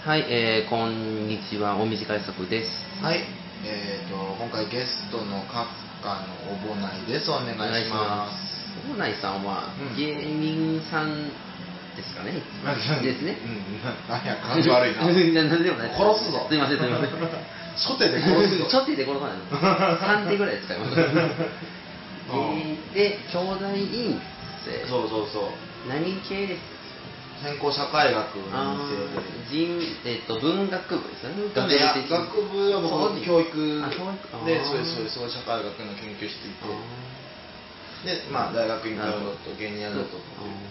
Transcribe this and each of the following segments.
はい、こんにちは、お短い速です。 はい、今回ゲストのカフカのおぼないです。お願いします。 おぼないさんは、芸人さんですかね。ですね。 なんや、感じ悪いな。 なんでもない。 殺すぞ。 すいません、すいません。 初手で殺すぞ。 初手で殺さないの。3手ぐらい使います。で、兄弟院生。 そう。 何系ですか？ 専攻社会学の文学部ですよね。 学部は僕は教育で、そう社会学の研究していて、で、まあ大学に通うと芸人やると。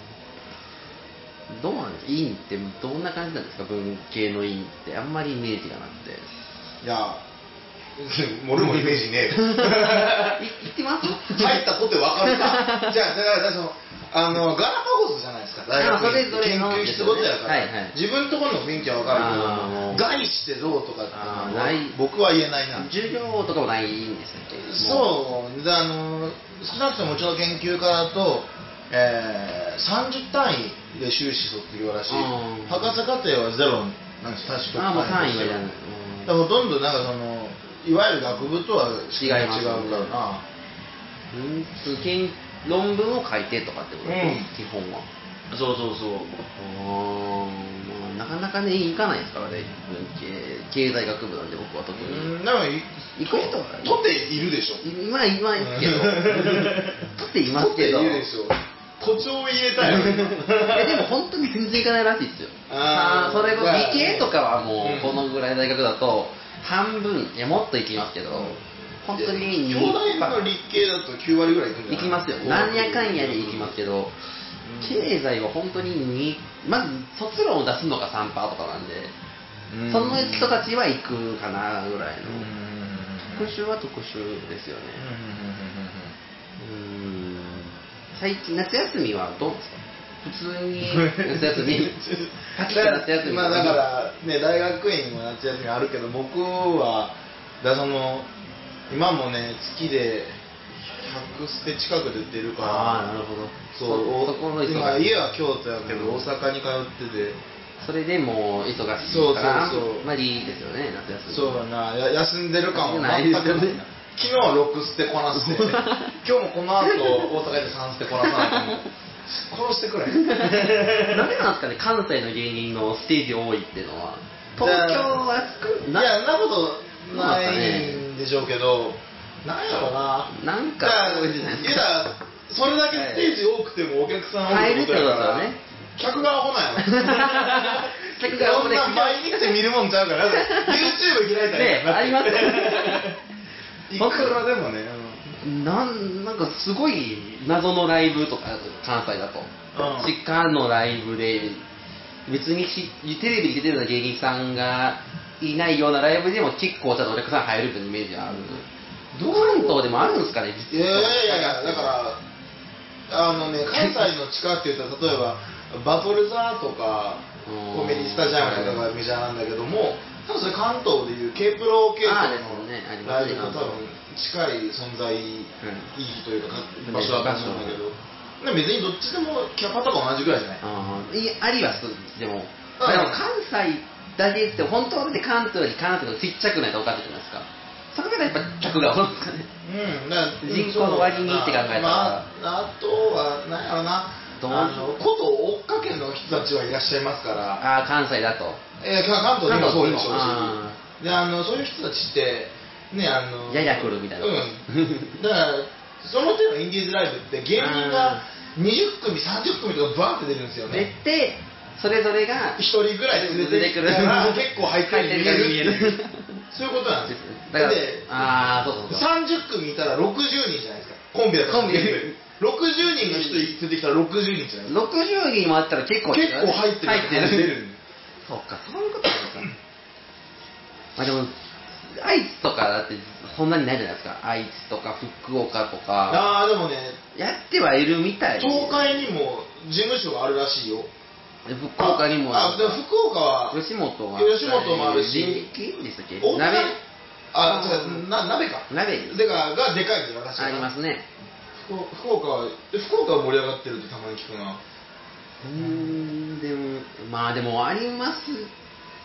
どうなんですか？院ってどんな感じなんですか？文系の院ってあんまりイメージがなくて。 いや、俺もイメージねえよ。 行ってます？ 入ったとて分かるか。じゃあガラパゴスじゃないですか、大学に研究室ごとやから、自分ところの雰囲気は分かるけど、外してどうとかって僕は言えないな。 授業とかもないんですよね。 そう、少なくともうちの研究家だと、30単位で修士卒業らしい。博士課程はゼロなんです、確か。 もう単位はいらない。 ほとんどいわゆる学部とは違うからな。 論文を書いてとかってことです、基本は。 そう。 なかなかね、行かないですからね、経済学部なんで、僕は特に。 でも行く人はとっているでしょ。 今いますけど。とっていますけど。 とっているでしょ。都庁入れたよ。 でも本当に全然行かないらしいですよ。それこそ理系とかはもう、このぐらい大学だと、半分、いや、もっと行きますけど、本当に兄弟の理系だと9割ぐらい行くんじゃない？ 行きますよ。なんやかんやで行きますけど、経済は本当にまず卒論を出すのが 3% とかなんで、その人たちは行くかなぐらいの。特殊は特殊ですよね。最近夏休みはどうですか？普通に夏休み夏休みだからね、大学院も夏休みあるけど、僕は今もね、月で100ステ近くで出るから。 なるほど。 今家は京都やけど、大阪に通ってて、 それでもう忙しいからあんまりいいですよね、夏休み。 そうだな、休んでる感は全くない。昨日は6ステこなして、今日もこの後大阪で3ステこなさないと思う。殺してくれ。 なんでなんですかね、関西の芸人のステージ多いっていうのは。東京はいや、そんなことないんでしょうけど、なんやろな。 なんかそれだけステージ多くてもお客さん多いってことだから、客がアホなんやろ。客がアホで毎日見るもんちゃうから、YouTube 開いたらありますいくらでもね。 なんかすごい謎のライブとか、関西だと。地下のライブで、別にテレビに出てるような芸人さんがいないようなライブでも結構ちゃんとお客さん入るというイメージがある。関東でもあるんですかね、 実は。いや、だから、関西の地下って言ったら、例えば、バトルザーとか、コメディスタジアムとかがメジャーなんだけども、多分それ関東でいう K プロ系統のライブと多分近い存在意義というか場所だと思うんだけど、別にどっちでもキャパとか同じぐらいじゃない？ ありはする。でも関西だけって本当はね、関東より関西がちっちゃくないと分かってるじゃないですか。そこからやっぱ客が多いんですかね。人口の割にって考えたら。 あとは何やろな。こと追っかけの人たちはいらっしゃいますから。 関西だと。 関東でもそうでしょうし。で、そういう人たちって、ね、 やや来るみたいな。 だから、その手のインディーズライブって芸人が20組、30組とかバーって出るんですよね。 出て、それぞれが 1人ぐらい連れてくるから結構入ってるように見える。そういうことなんです。だって、30組いたら60人じゃないですか。コンビだと。60人の人連れてきたら60人じゃないですか。 60人もあったら結構入ってる。 そっか、そういうことなんですか。でも、愛知とかだってそんなにないじゃないですか。愛知とか福岡とか。 でもね、 やってはいるみたい。 東海にも事務所があるらしいよ。 福岡にも。 でも福岡は吉本もあるし。 人力でしたっけ？ 鍋か。 鍋がでかいんだよ、確かに。 ありますね。 福岡は盛り上がってるってたまに聞くな。 でもあります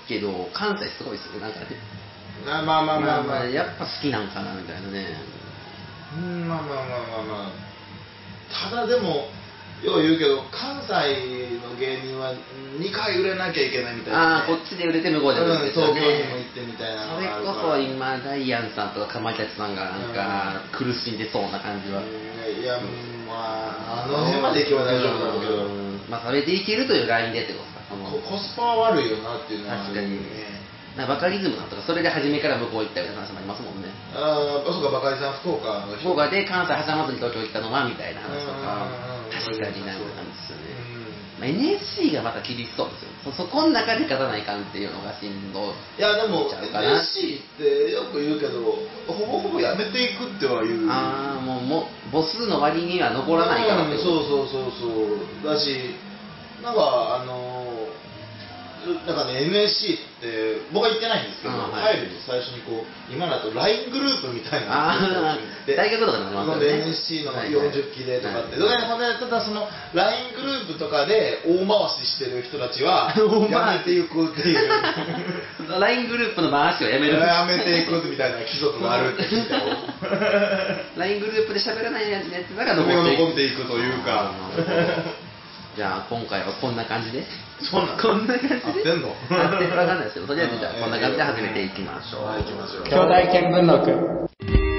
けど、関西すごいですよね、なんかね。 まあまあまあまあまあ、 やっぱ好きなんかなみたいなね。 まあまあまあまあまあ、ただでもよう言うけど、関西の芸人は2回売れなきゃいけないみたいな、ね、 こっちで売れて向こうで売れてるんですよね、 東京にも行ってみたいなのそれがあるから。 こそ今ダイアンさんとかかまいたちさんがなんか苦しんでそうな感じは、 いや、まああの辺まで行けば大丈夫だろうけど、 まあそれでいけるというラインでってことですか。 コスパは悪いよなっていうのは、 確かになんかバカリズムさんとかそれで初めから向こう行ったみたいな話もありますもんね。 そうか、バカリさん福岡の人、 福岡で関西挟まずに東京行ったのはみたいな話とか、確かになんかなんですよね。まあ、NSC がまた厳しそうですよ。そこの中で勝たないかんっていうのがしんどいやでもちゃうかな。 NSC ってよく言うけど、ほぼほぼやめていくっては言う。 もう母数の割には残らないからってこと。 そうだし、なんかなんかね、NSC って僕は行ってないんですけど、入ると最初にこう今だと LINE グループみたいなので大学とかでもありますよね。 NSC の40期でとかって、ただその LINE グループとかで大回ししてる人たちはやめていくっていう LINE グループの回しをやめるやめていくみたいな規則があるって聞いたよ。 LINE グループで喋らないやつが残っていくというか。 じゃあ今回はこんな感じで、 こんな感じで合ってんの？ 合ってるかわかんないですけど、とりあえずじゃあこんな感じで始めていきましょう。 はい、行きましょう。 兄弟見聞録。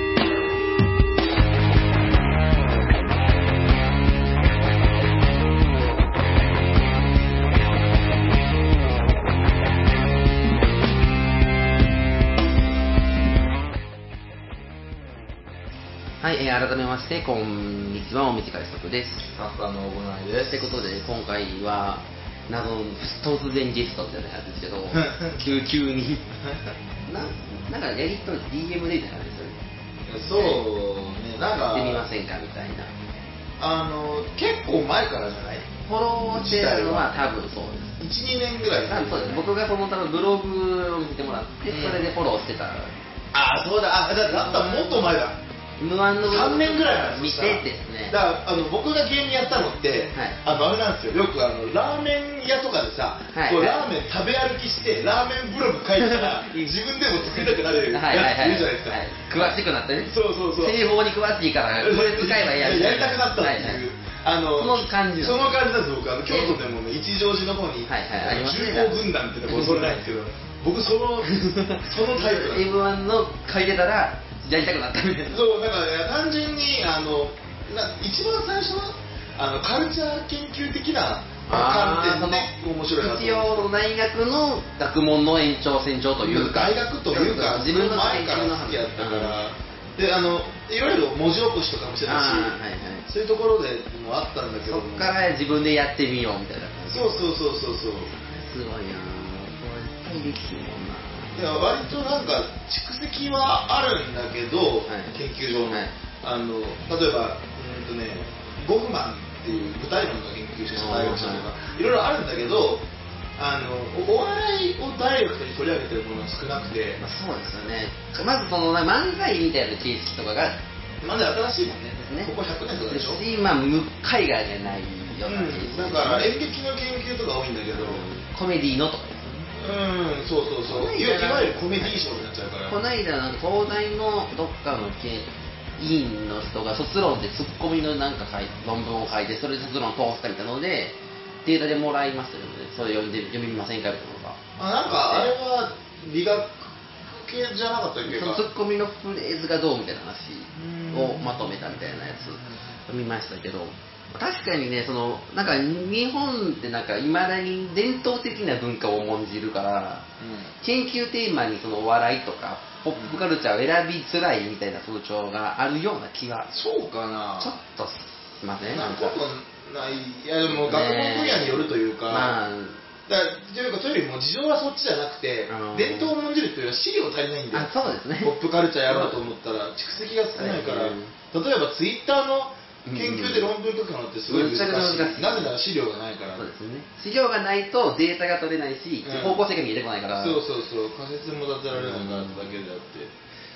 はい、改めましてこんにちは、お短い速です。 サッカーのオブナイです。 ということで今回は謎の突然ゲストみたいなやつですけど急になんかやりとり DM でみたいな感じですよね。 そうね、なんかやってみませんかみたいな。 結構前からじゃない？ フォローしてるのは多分そうです。 1、2年ぐらい前。 そうです。僕がその多分ブログを見てもらって、それでフォローしてた。 そうだ、だったらもっと前だ。 M1 の 3年ぐらい見てですね。 だから僕が芸人やったのって、あれなんですよ、よくラーメン屋とかでさ、こうラーメン食べ歩きしてラーメンブログ書いたら自分でも作りたくなるやついるじゃないですか。 詳しくなってね。 そう製法に詳しいからこれ使えばやりたくなったっていうその感じなんです。僕京都でもね、一乗寺の方に重工軍団ってとこそれないんですけど、僕そのタイプなんです。 M1 の書いてたらやりたくなったみたいな。 そうだから単純に一番最初のカルチャー研究的な観点で面白いなと。 一応大学の学問の延長線上というか、 大学というか自分の前から好きやったから、でいろいろ文字起こしとかもしてたし、そういうところでもあったんだけど、 そっから自分でやってみようみたいな感じ。 そうすごいなぁ、これ絶対できるもんな。 いや割となんか蓄積はあるんだけど、研究上の、例えばゴフマンっていう舞台論の研究者大学者とかいろいろあるんだけど、お笑いをダイレクトに取り上げてるものは少なくて、 そうですよね。まずその漫才みたいな形式とかがまだ新しいもんね。ここ100年とかでしょ。 今海外でないような形式、 だから演劇の研究とか多いんだけど、 コメディのとかそういわゆるコメディー賞になっちゃうから。 この間東大のどっかの委員の人が卒論でツッコミのなんか論文を書いて、それで卒論通したみたいなのでデータでもらいましたよね。それ読みませんかみたいなのが。 なんかあれは理学系じゃなかったっけ？ そのツッコミのフレーズがどうみたいな話をまとめたみたいなやつ見ましたけど、確かにね、なんか日本ってなんかいまだに伝統的な文化を重んじるから、研究テーマにお笑いとかポップカルチャーを選びづらいみたいな風潮があるような気がそうかな、 ちょっとしません？ なんかない。いやでも学問分野によるというか、というよりも事情はそっちじゃなくて、伝統を重んじるというよりは資料足りないんだよ。 そうですね。 ポップカルチャーやろうと思ったら蓄積が少ないから、例えばツイッターの研究で論文書くのってすごい難しい。なぜなら資料がないから。 そうですね。資料がないとデータが取れないし、方向性が見えてこないから。 そう仮説も立てられないからだけであって。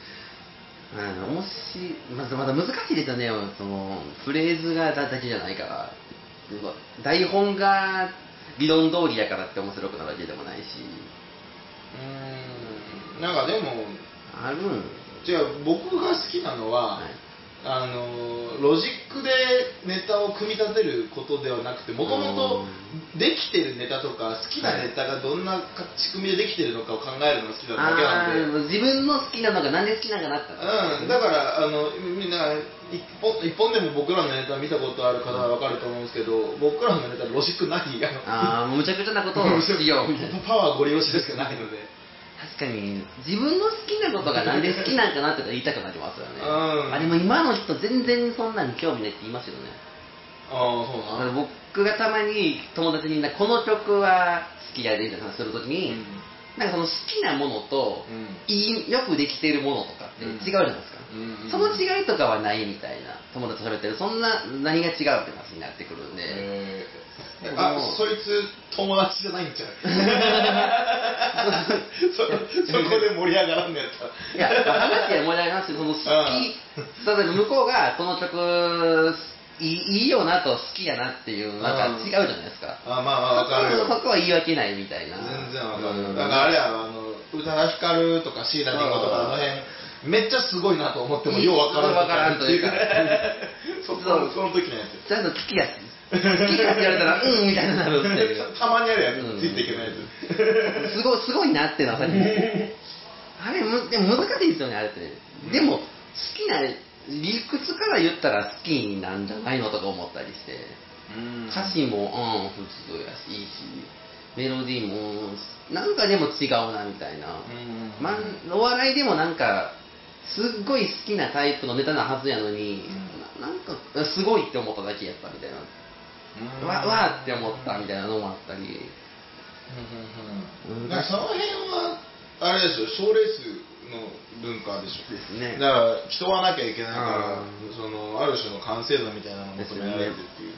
まだ難しいですよね。フレーズがだけじゃないから、台本が理論通りやからって面白くなるわけでもないし。 なんかでもあるん。 違う、僕が好きなのは、 はいロジックでネタを組み立てることではなくて、もともとできてるネタとか好きなネタがどんな仕組みでできてるのかを考えるのが好きなだけなんで、 自分の好きなのがなんで好きなのかなって、 だからみんな一本でも僕らのネタ見たことある方は分かると思うんですけど、僕らのネタロジックないむちゃくちゃなことをしようみたいなパワーご利用しでしかないので。 確かに自分の好きなことがなんで好きなんかなって言いたくなりますよね。 うん、 でも今の人全然そんなに興味ないって言いますよね。 そうなの。 僕がたまに友達にこの曲は好きやでみたいな話するときに、なんかその好きなものと、よくできてるものとかって違うじゃないですか、その違いとかはないみたいな友達と喋ってる、そんな何が違うって話になってくるんで、 そいつ友達じゃないんちゃうそこで盛り上がらんのやったら。いや、話は盛り上がりますけど、その好き、例えば向こうがこの曲いいよなと好きやなっていうなんか違うじゃないですか。 まあ分かるよ。 そこは言い訳ないみたいな。 全然分かる。だからあれや宇多田ヒカルとか椎名林檎とかあの辺めっちゃすごいなと思ってもよう分からんというかその時のやつ。 ちゃんと好きや好きやって言われたらみたいになるっていう。 たまにあるやつ、ついていけないやつ。 すごいなっていうのはさっきあれでも難しいですよね、あれって。でも好きな理屈から言ったら好きなんじゃないのとか思ったりして、歌詞も普通やしいいし、メロディーもなんかでも違うなみたいな、お笑いでもなんかすっごい好きなタイプのネタなはずやのに、なんかすごいって思っただけやったみたいな、わーって思ったみたいなのもあったり、 その辺はあれですよ、賞レースの文化でしょ。 ですね。 だから競わなきゃいけないから、ある種の完成度みたいなのを求められてっていう。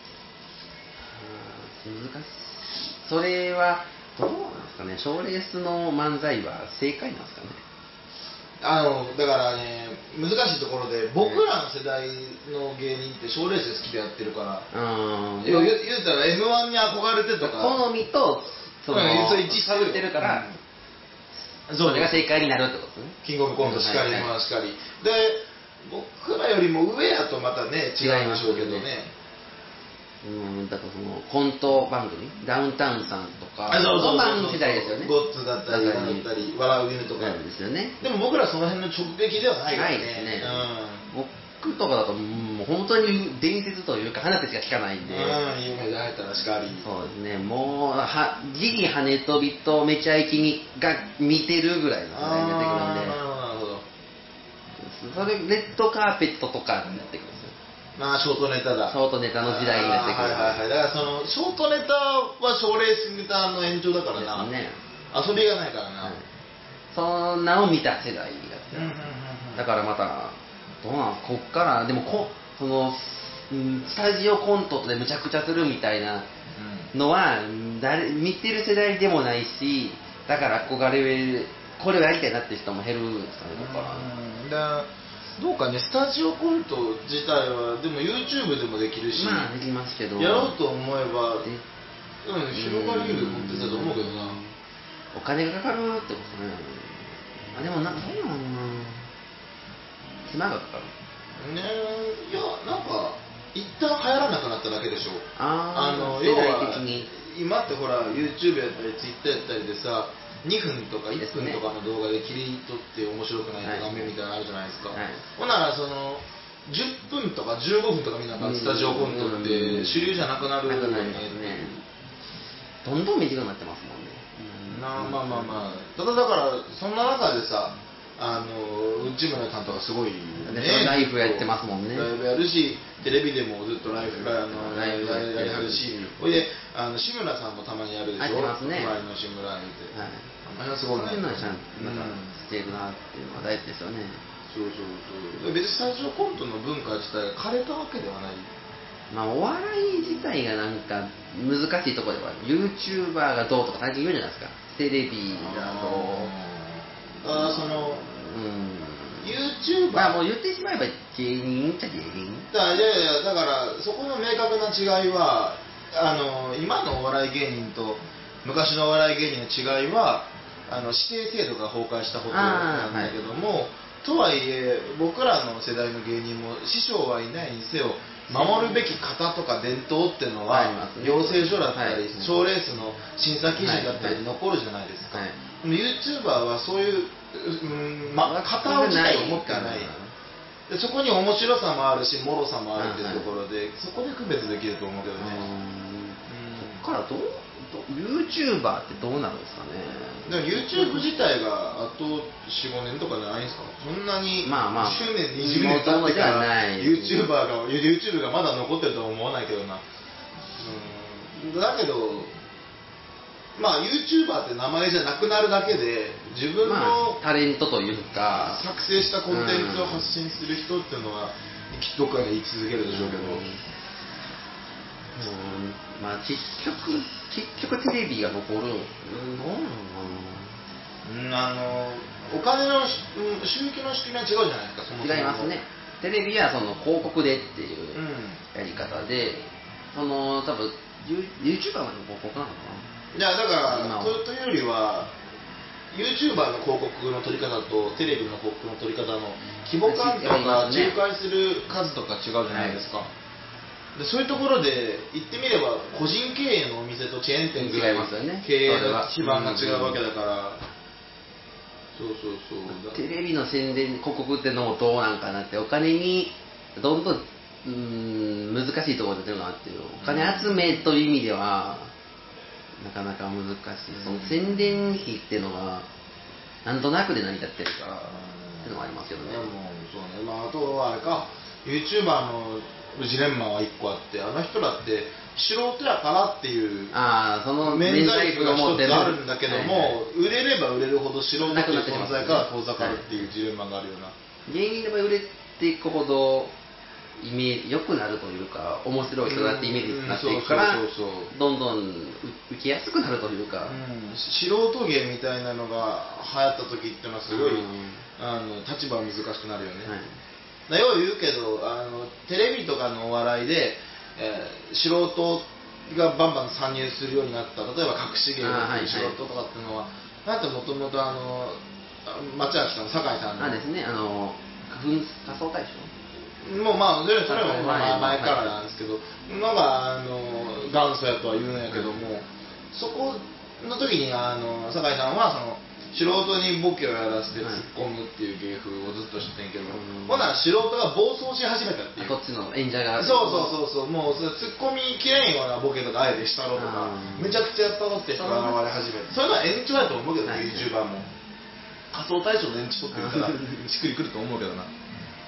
難しい。それはどうなんですかね。賞レースの漫才は正解なんですかね。 だからね、難しいところで、僕らの世代の芸人って賞レース好きでやってるから、言うたら M1 に憧れてとか、 好みとその一致かぶってるから、それが正解になるってことね。 キングオブコントしかり、まあしかり。で、僕らよりも上やとまたね、違うんでしょうけどね。 だからそのコント番組、ダウンタウンさんとか、 そう世代ですよね。 ゴッツだったり、笑う犬とか。 ですよね。 でも僕らその辺の直撃ではないからね。 ないですね。僕とかだともう本当に伝説というか話しか聞かないんで。 夢で会えたらしかり。 そうですね。もうジギハネトビとめちゃイキが見てるぐらいの世代になってくるんで。 なるほど。 それレッドカーペットとかになってくるんですよ。 まあショートネタだ。 ショートネタの時代になってくる。 だからそのショートネタは賞レースネタの延長だからな。ね、遊びがないからな。 そんなを見た世代だった。だからまたどうなんこっからでもそのスタジオコントでむちゃくちゃするみたいなのは見てる世代でもないし、だから憧れこれをやりたいなって人も減るんですかね。 どうかね、スタジオコント自体はでも YouTube でもできるし、 まあできますけど、 やろうと思えば広がりるコンテンツだと思うけどな。 お金がかかるってことね。でもどうなのかな、手間がかかるね。いやなんか一旦流行らなくなっただけでしょ。 世代的に今ってほら YouTube やったり Twitter やったりでさ、2分とか1分とかの動画で切り取って面白くないと画面みたいなのあるじゃないですか。ほんならその10分とか15分とかみんなスタジオコントって主流じゃなくなるよね。 どんどん短くなってますもんね。 まあただからそんな中でさ、内村さんとかすごいね、 ライブやってますもんね。 ライブやるし、テレビでもずっとライブやりはるし、ほいで志村さんもたまにやるでしょ。 やってますね。 隣の志村見て、あれはすごいね。 そういうのをちゃんとしてるなっていうのは大事ですよね。 そう別にスタジオコントの文化自体が枯れたわけではない。 まあお笑い自体がなんか難しいところでは YouTuber がどうとか最近言うじゃないですか。テレビだとそのYouTuber まあもう言ってしまえば芸人っちゃ芸人だからそこの明確な違いは今のお笑い芸人と昔のお笑い芸人の違いは指定制度が崩壊したことなんだけども、とはいえ僕らの世代の芸人も師匠はいないにせよ守るべき型とか伝統っていうのは養成所だったり賞レースの審査基準だったり残るじゃないですか。でも YouTuber はそういう型を自体を持ってないで、そこに面白さもあるし脆さもあるっていうところで、そこで区別できると思うけどね。 そこからYouTuber ってどうなるんですかね。 でも YouTube 自体があと 4,5 年とかじゃないんですか。そんなに10年20年経ってから YouTube がまだ残ってるとは思わないけどな。だけどYouTuber って名前じゃなくなるだけで自分のタレントというか作成したコンテンツを発信する人っていうのはどっかで生き続けるでしょうけど、結局テレビが残る。どうなのお金の収益の仕組みは違うじゃないですか。そもそも違いますね。テレビはその広告でっていうやり方で、多分 YouTuber の広告なのかな。 いやだからというよりは YouTuber の広告の取り方とテレビの広告の取り方の規模感とか仲介する数とか違うじゃないですか。でそういうところで言ってみれば個人経営のお店とチェーン店ぐらい経営の基盤が違うわけだから。そうテレビの宣伝広告ってのもどうなんかなって、お金にどんどん難しいところで出るなっていう、お金集めという意味ではなかなか難しい。その宣伝費っていうのがなんとなくで成り立ってるからっていうのもありますけどね。 そうね。あとはあれか、YouTuber のジレンマは1個あって、あの人らって素人やからっていうその免罪符が一つあるんだけども、売れれば売れるほど素人っていう存在から遠ざかるっていうジレンマがあるような。 芸人でも売れていくほどイメージ良くなるというか、面白い人だってイメージになっていくから、どんどん受けやすくなるというか、 素人芸みたいなのが流行った時っていうのはすごい立場は難しくなるよね。よう言うけどテレビとかのお笑いで、素人がバンバン参入するようになった、例えば隠し芸の素人とかっていうのはなんてもともと町明さん、酒井さんのですね、仮想大賞もうそれも前からなんですけど、元祖やとは言うんやけども、そこの時に酒井さんはその素人にボケをやらせて突っ込むっていう芸風をずっとしてんけど、ほな素人が暴走し始めたっていう。 こっちの演者がそうもう突っ込みきれんようなボケとかあえてしたろとかめちゃくちゃやったろって人が現れ始めて、それが延長だと思うけどね、YouTuber も仮想大賞の延長って言ったらしっくりくると思うけどな。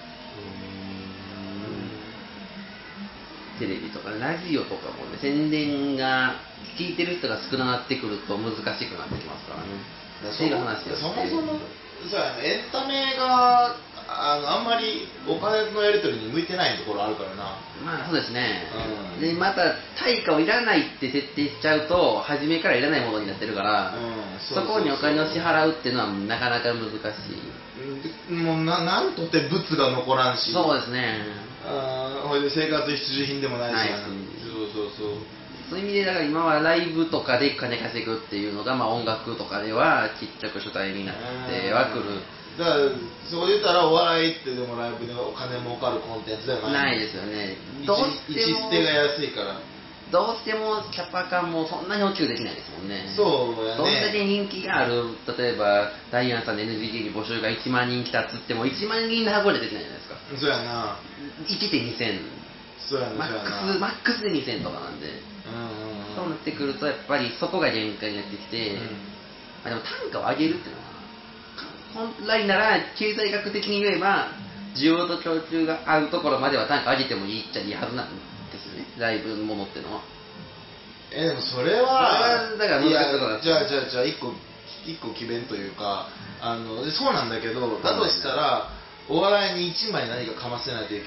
テレビとかラジオとかもね、宣伝が聞いてる人が少なくなってくると難しくなってきますからね。 そもそもエンタメがあんまりお金のやり取りに向いてないところあるからな。 そうですね。でまた対価をいらないって設定しちゃうと初めからいらないものになってるから、そこにお金を支払うっていうのはなかなか難しい。 もうなんとって物が残らんし。 そうですね。 ほいで生活必需品でもないし。 そういう意味でだから今はライブとかで金稼ぐっていうのが、音楽とかではちっちゃく主体になってはくる。 だからそこで言ったらお笑いってでもライブでお金儲かるコンテンツではない。 ないですよね。 位置捨てが安いから。 どうしてもキャパ感もそんなに大きくできないですもんね。 そうやね。 どんだけ人気がある、例えばダイアンさんの NGT に募集が1万人来たっつっても1万人の箱でできないじゃないですか。 そうやな。 1って2000。 そうやな。 マックスで2000とかなんで。そうなってくるとやっぱりそこが限界になってきて、でも単価を上げるっていうのは本来なら経済学的に言えば需要と供給が合うところまでは単価上げてもいいっちゃいいはずなんですよね、ライブものっていうのは。 でもそれはだからじゃあ一個詭弁というかそうなんだけど、だとしたらお笑いに一枚何かかませないといけない。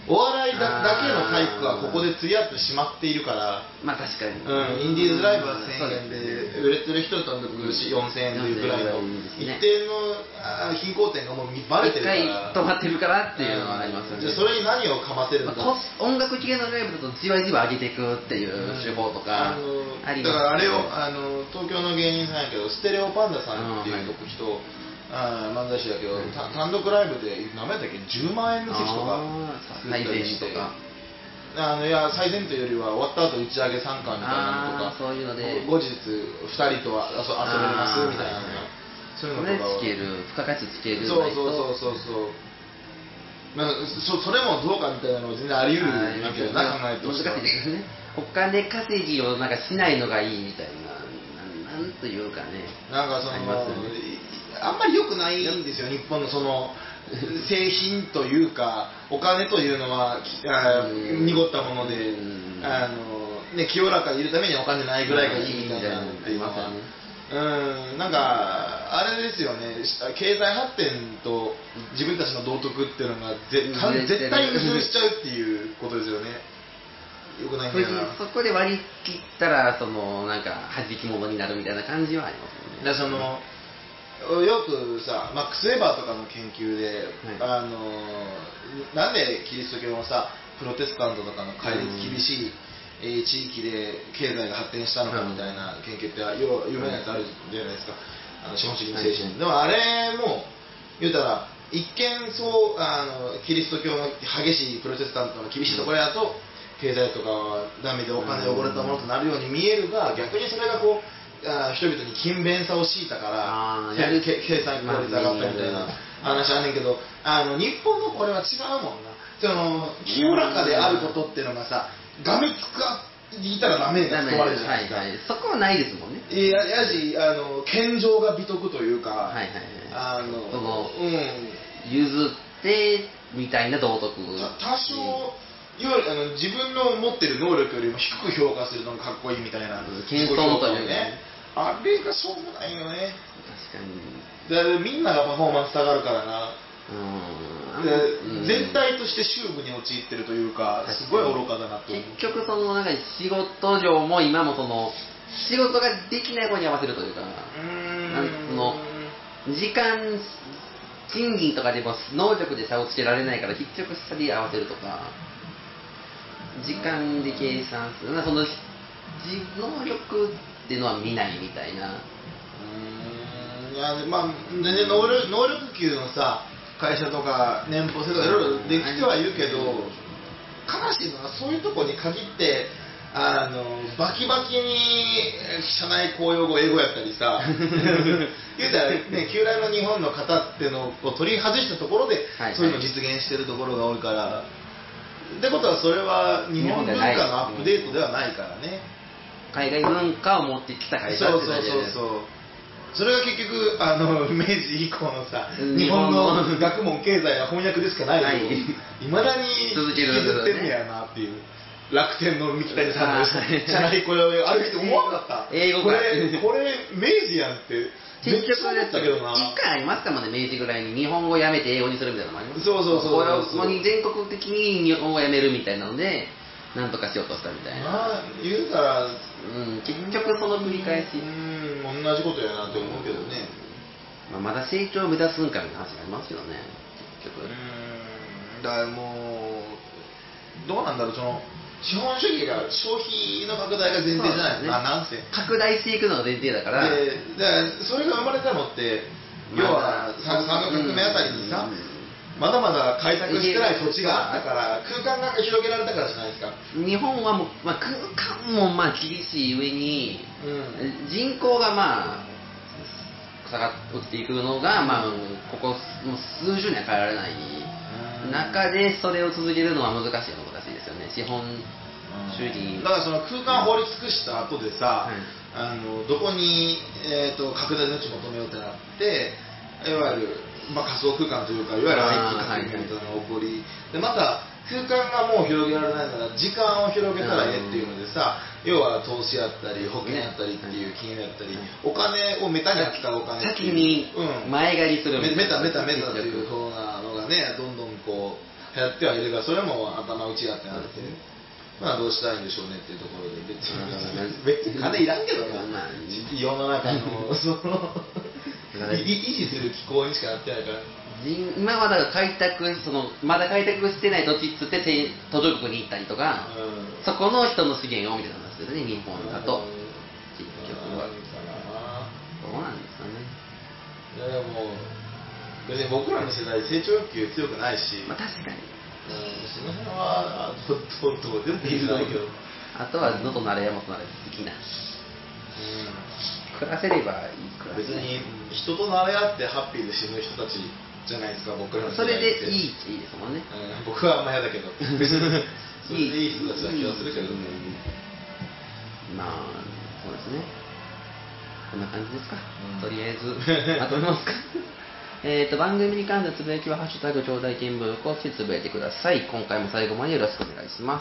お笑いだけの体育はここで釣り合ってしまっているから、 まあ確かに、 インディーズライブは1000円で売れてる人単独4000円でいうぐらいの一定の貧困点がもうバレてるから、 一回止まってるからっていうのはありますよね。 じゃあそれに何をかませるんだ、 音楽系のライブだとじわじわ上げていくっていう手法とかあります、 だからあれを東京の芸人さんやけどステレオパンダさんっていう人、漫才師だけど、単独ライブで何倍だっけ10万円の席とか最前とかいや最前というよりは終わった後打ち上げ参加みたいなのとか、 そういうので後日2人とは遊べますみたいな、そういうのとかつける付加価値つけるそうまあ、それもどうかみたいなのは全然あり得るわけどな、考えてほしい難しいですね。お金稼ぎをなんかしないのがいいみたいな、なんというかね、 なんかあんまり良くないんですよ、日本のその製品というかお金というのは濁ったもので、ね、清らかにいるためにはお金ないぐらいがいいみたいなのっていうのは、なんかあれですよね、経済発展と自分たちの道徳っていうのが絶対に矛盾しちゃうっていうことですよね。よくないんだよな。 そこで割り切ったらなんか弾き物になるみたいな感じはありますよね。 よくさ、マックス・ウェバーとかの研究で、なんでキリスト教のさプロテスタントとかの戒律厳しい地域で経済が発展したのかみたいな研究って有名なやつあるじゃないですか、資本主義の精神、でもあれも言うたら一見そうキリスト教の激しいプロテスタントの厳しいところやと経済とかはダメでお金汚れたものとなるように見えるが、逆にそれがこう人々に勤勉さを強いたから経済効率上がったみたいな話あんねんけど、日本のこれは違うもんな。清らかであることっていうのがさ、がめつくいたらダメが含まれるじゃないですか。 そこはないですもんね。 やし謙譲が美徳というか、 譲ってみたいな道徳、 多少いわゆる自分の持ってる能力よりも低く評価するのがかっこいいみたいな、 謙遜というね、あれがしょうもないよね。 確かに。 でみんながパフォーマンス下がるからな。全体として終部に陥ってるというか、すごい愚かだなと思う。 結局なんか仕事上も今も仕事ができない子に合わせるというか、時間賃金とかでも能力で差をつけられないから結局差で合わせるとか、時間で計算する能力っていうのは見ないみたいな。 いや、まあ全然能力級のさ会社とか年俸制とかいろいろできてはいるけど、悲しいのはそういうとこに限ってバキバキに社内公用語英語やったりさ言うたらね、旧来の日本の方っていうのを取り外したところで、そういうのを実現してるところが多いから、ってことはそれは日本文化のアップデートではないからね。 海外文化を持ってきた会社ってだけで。 それが結局明治以降のさ、日本の学問経済は翻訳でしかないけど、いまだに引きずってんねやなっていう。楽天の三木谷さんの社内雇用である人思わなかった。 英語がこれ明治やんって結局ですけどな。一回ありましたもんね、明治ぐらいに日本語をやめて英語にするみたいなのもあります。全国的に日本語をやめるみたいなのでなんとかしようとしたみたいな。 言うたら、 結局その繰り返し。 同じことやなって思うけどね。 まだ成長を目指すんかみたいな話がありますけどね、結局。 だからもうどうなんだろう、資本主義が消費の拡大が前提じゃないですか、なんせ拡大していくのが前提だから。 それが生まれたのって要は産業革命あたりにさ、まだまだ開拓してない土地があったから空間が広げられたからじゃないですか。 日本はもう、空間も厳しい上に、人口が下がって落ちていくのが、ここもう数十年は変えられない中でそれを続けるのは難しいですよね、資本主義。 だからその空間を掘り尽くした後でさ、どこに、拡大の余地を求めようってなって、いわゆる仮想空間というか、いわゆる IT 革命みたいなのが起こり、でまた空間がもう広げられないなら時間を広げたらええっていうのでさ、要は投資やったり保険やったりっていう金融やったり、お金をメタに扱うお金先に前借りするメタっていう風なのがね、どんどんこう流行ってはいるが、それも頭打ちがってなって、まあどうしたらいいんでしょうねっていうところで、別に金いらんけどな、世の中のその維持する機構にしかなってないから。 今はだからまだ開拓してない土地っつって途上国に行ったりとか、そこの人の資源をみたいな話ですよね、日本だと。結局は。どうなんですかね。 いやでも別に僕らの世代成長欲求強くないし、 まあ確かに。 その辺はどうでもいいじゃないけど。 あとはのとなれ山となれ好きな。暮らせればいいくらい。 別に人と慣れ合ってハッピーで死ぬ人たちじゃないですか、僕らの世代って。 それでいいっちゃいいですもんね。 僕はあんま嫌だけど、別にそれでいい人たちな気がするけどね。 まあそうですね。こんな感じですか。とりあえずまとめますか。番組に関するつぶやきはハッシュタグちょうだい見聞録をつぶやいてください。今回も最後までよろしくお願いします。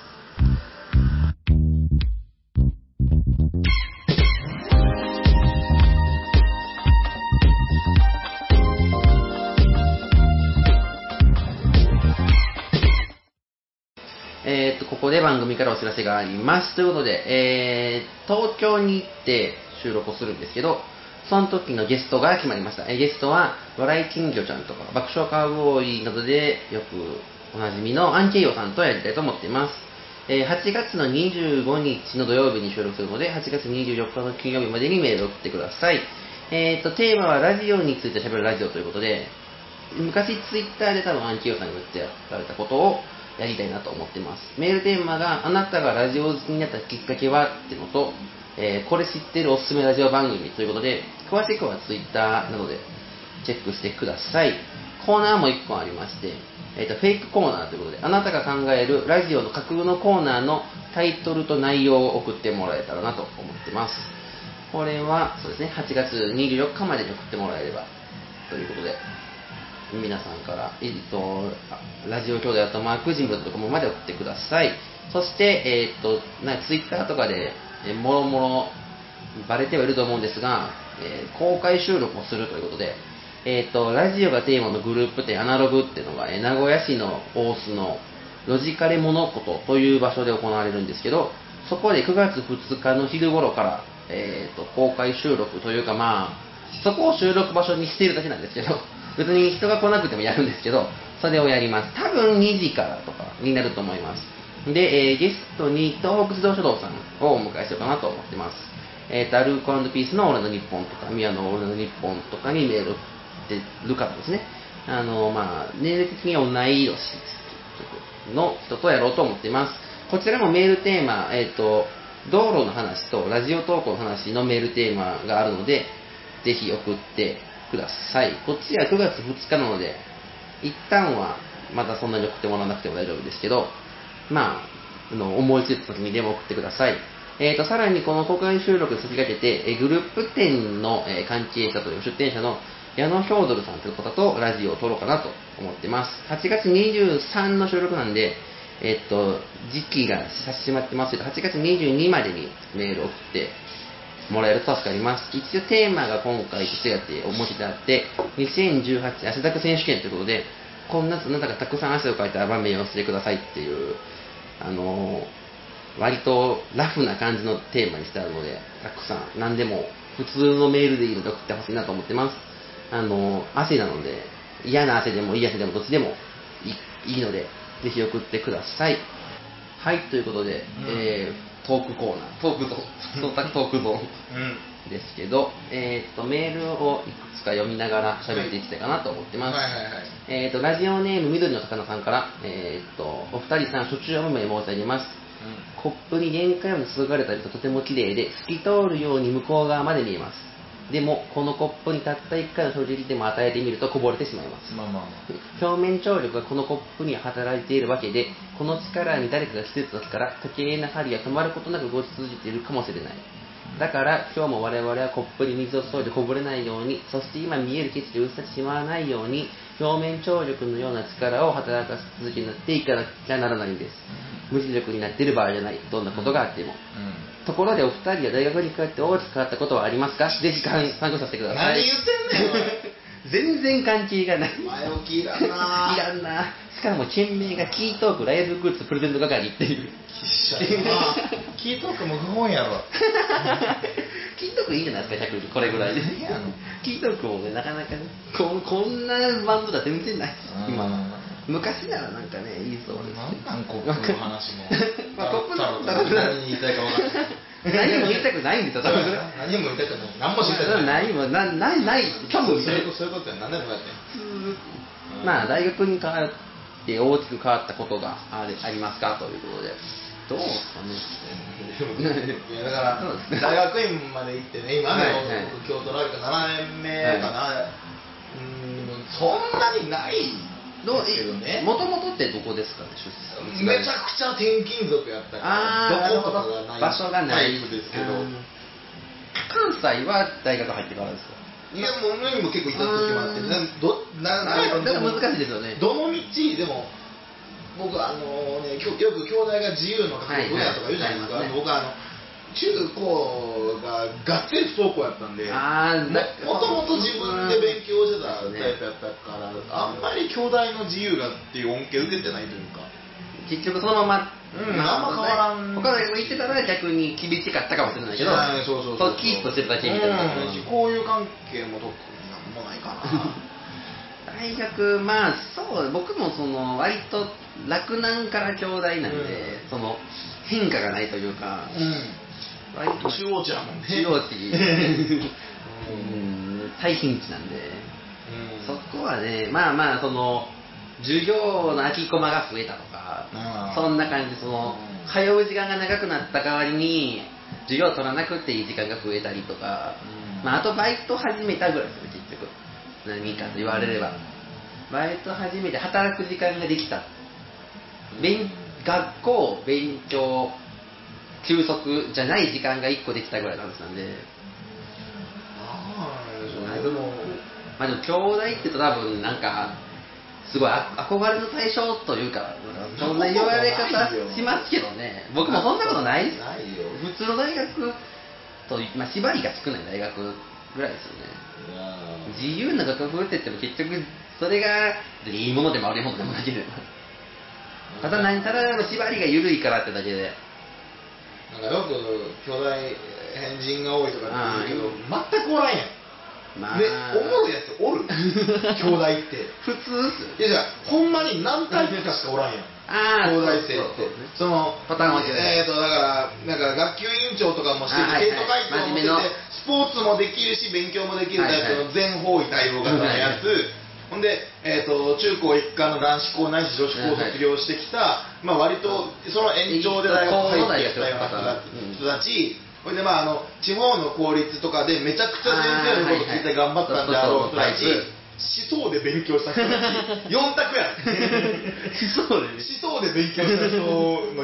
ここで番組からお知らせがあります。ということで、東京に行って収録をするんですけど、その時のゲストが決まりました。ゲストは、笑い金魚ちゃんとか、爆笑カウボーイなどでよくおなじみのアンケイヨさんとやりたいと思っています。8月の25日の土曜日に収録するので、8月24日の金曜日までにメールを送ってください。テーマはラジオについて喋るラジオということで、昔ツイッターで多分アンケイヨさんが言ってやられたことをやりたいなと思ってます。メールテーマが、あなたがラジオ好きになったきっかけはっていうのと、これ知ってるおすすめラジオ番組ということで、詳しくはツイッターなどでチェックしてください。コーナーも1本ありまして、フェイクコーナーということで、あなたが考えるラジオの架空のコーナーのタイトルと内容を送ってもらえたらなと思ってます。これはそうですね、8月24日までに送ってもらえればということで、皆さんから、ラジオ兄弟@gmail.comまで送ってください。そして、ツイッターとかで、もろもろバレてはいると思うんですが、公開収録をするということで、ラジオがテーマのグループ展アナログっていうのが、名古屋市の大須のロジカレモノコトという場所で行われるんですけど、そこで9月2日の昼頃から、公開収録というか、まあ、そこを収録場所にしているだけなんですけど、別に人が来なくてもやるんですけど、それをやります。多分2時からとかになると思います。で、ゲストに東北自動車道さんをお迎えしようかなと思ってます。アルコ&ピースの俺の日本とか、宮の俺の日本とかにメールってる方ですね。まあ、年齢的には同い年の人とやろうと思っています。こちらもメールテーマ、道路の話とラジオ投稿の話のメールテーマがあるので、ぜひ送ってください。こっちは9月2日なので、一旦はまだそんなに送ってもらわなくても大丈夫ですけど、まあ、思いついた時にでも送ってください。さらにこの公開収録に先駆けて、グループ展の関係者という出展者の矢野ヒョードルさんという方とラジオを撮ろうかなと思ってます。8月23の収録なんで、時期が差し迫ってますけど、8月22までにメールを送ってもらえると助かります。一応テーマが今回と違ってお持ちであって、2018汗だく選手権ということで、こんなあなたがたくさん汗をかいた場面をしてくださいっていう、割とラフな感じのテーマにしてあるので、たくさん何でも普通のメールでいいので送ってほしいなと思ってます。汗なので、嫌な汗でもいい汗でもどっちでもいいので、ぜひ送ってください。はい、ということで、トークコーナー、トークゾーンですけど、メールをいくつか読みながら喋っていきたいかなと思ってます。ラジオネーム緑の魚さんから、お二人さん、初中おめ申し上げます。コップに限界まで注がれたりととても綺麗で、透き通るように向こう側まで見えます。でも、このコップにたった1回の正直でも与えてみるとこぼれてしまいます。表面張力がこのコップには働いているわけで、この力に誰かが季節をつから時計の針が止まることなく動き続けているかもしれない。だから今日も我々はコップに水を注いでこぼれないように、そして今見える景色を薄さってしまわないように、表面張力のような力を働かせ続けていかなきゃならないんです。無重力になっている場合じゃない。どんなことがあっても。ところでお二人は大学に帰って大きく変わったことはありますか？ぜひ参考させてください。 何言ってんねん全然関係がない。 前置きいらんな。 いらんな。しかも県名がキートークライブグッズプレゼント係っていう。 きっしゃいな。キートークも不本やろ。 キートークいいじゃないですか、100これぐらいで。キートークもね、なかなかね、こんなバンドでは全然ないです、今。昔ならなんかね、いいそうです。 なんコップの話も。 まあ、コップの何言いたいか分からない。 何も言いたくないんですよ、多分。 何も言いたくない。何も知りたくない。 何も、ない、多分そういうことや。何でもやってん。 まあ、大学に変わって大きく変わったことがありますかということで。どうですかね。 いやだから大学院まで行ってね、今の京都大学7年目かな、そんなにないですけどね。 もともとってどこですかね、出身。めちゃくちゃ転勤族やったから、どことかがない場所がないタイプですけど。 関西は大学入ってからですか？ いや、もうにも結構いた時もあって、 だから難しいですよね。 どの道でも。僕よく兄弟が自由の学校やとか言うじゃないですか。僕中高ががっつり不登校やったんで、もともと自分で勉強してたタイプやったから、あんまり兄弟の自由がっていう恩恵受けてないというか、 結局そのまま、 あんま変わらん。 他の学校行ってたら逆に厳しかったかもしれないけど、そうキープしてただけみたいな。 こういう関係も特になんもないかな。 大学、まあそう僕も割と洛南から京大なんで、変化がないというか、 割と中央値だもんね。 中央値最貧地なんで、そこはね、まあ授業の空きコマが増えたとか、そんな感じで通う時間が長くなった代わりに授業を取らなくていい時間が増えたりとか、まああとバイト始めたぐらいですね、結局。何かと言われれば、バイト始めて働く時間ができた。学校、勉強、休息じゃない時間が1個できたぐらいなんですなんで。でも兄弟って言うと多分なんかすごい憧れの対象というか、そんな言われ方しますけどね。僕もそんなことないです。普通の大学と、まあ、縛りが少ない大学ぐらいですよね。自由な学部って言っても結局それがいいものでも悪いものでもなければ、ただ縛りが緩いからってだけで。 なんかよく兄弟変人が多いとかって言うけど、全くおらんやん。で、思うやつおる兄弟って。 普通っすよ。 いや、ほんまに何タイプかしかおらんやん。兄弟生って。 パターン分けで。 だから、学級委員長とかもしてて、生徒会長もしてて、スポーツもできるし、勉強もできるタイプの全方位対応型のやつ。ほんで、中高一貫の男子校ないし女子校を卒業してきた、まあ割とその延長で大学入ってきたような人たち、ほんで地方の公立とかでめちゃくちゃ先生のこと聞いて頑張ったんであろう人たち、思想で勉強した人たち、4択やん。思想で勉強した人の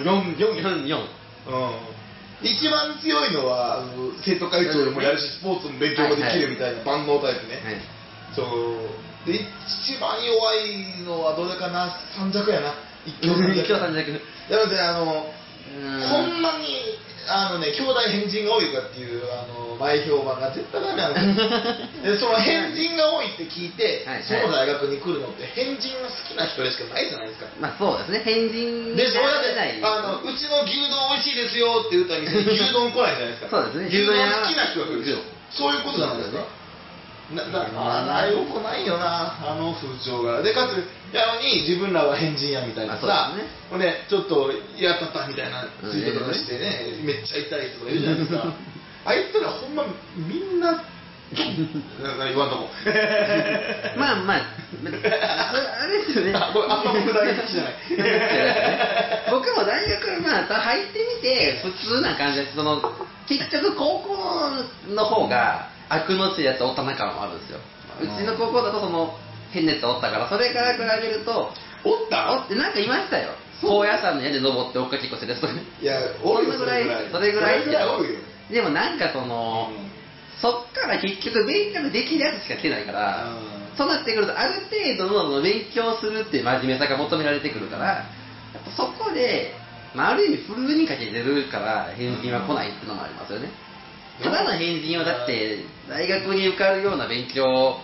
4やん。一番強いのは生徒会長でもやるし、スポーツも勉強もできるみたいな万能タイプね。で一番弱いのはどれかな、三弱やな。一強三弱。なのでほんまに兄弟変人が多いとかっていう前評判が絶対ダメなんですよ。でその変人が多いって聞いて、その大学に来るのって変人が好きな人でしかないじゃないですか。 まあそうですね、変人でそうやってうちの牛丼美味しいですよって言ったら牛丼来ないじゃないですか。 そうですね、 牛丼好きな人が来るでしょ。そういうことなんですか。よくないよな、風潮が。で、かつ、やのに自分らは変人やみたいなさ、ほんで、ちょっと、やったったみたいなツイートとかしてね、めっちゃ痛いとか言うじゃないですか。あいつらほんま、みんな、言わんとこ。 まあ、あれですよね。 これあんま僕大学好きじゃない。 僕も大学、入ってみて、普通な感じです。結局高校の方が、悪の強いやつおった中もあるんですよ。うちの高校だと変なやつおったから、それから比べると、 おってなんかいましたよ。高野山の屋で登って追っかけっこしてるやつとか。 いや、おるよ、それぐらい。 でもなんかそっから結局勉強できるやつしか来てないから、そうなってくるとある程度の勉強するっていう真面目さが求められてくるから、やっぱそこで、ある意味フルにかけてるから変人は来ないっていうのもありますよね。ただの変人はだって大学に受かるような勉強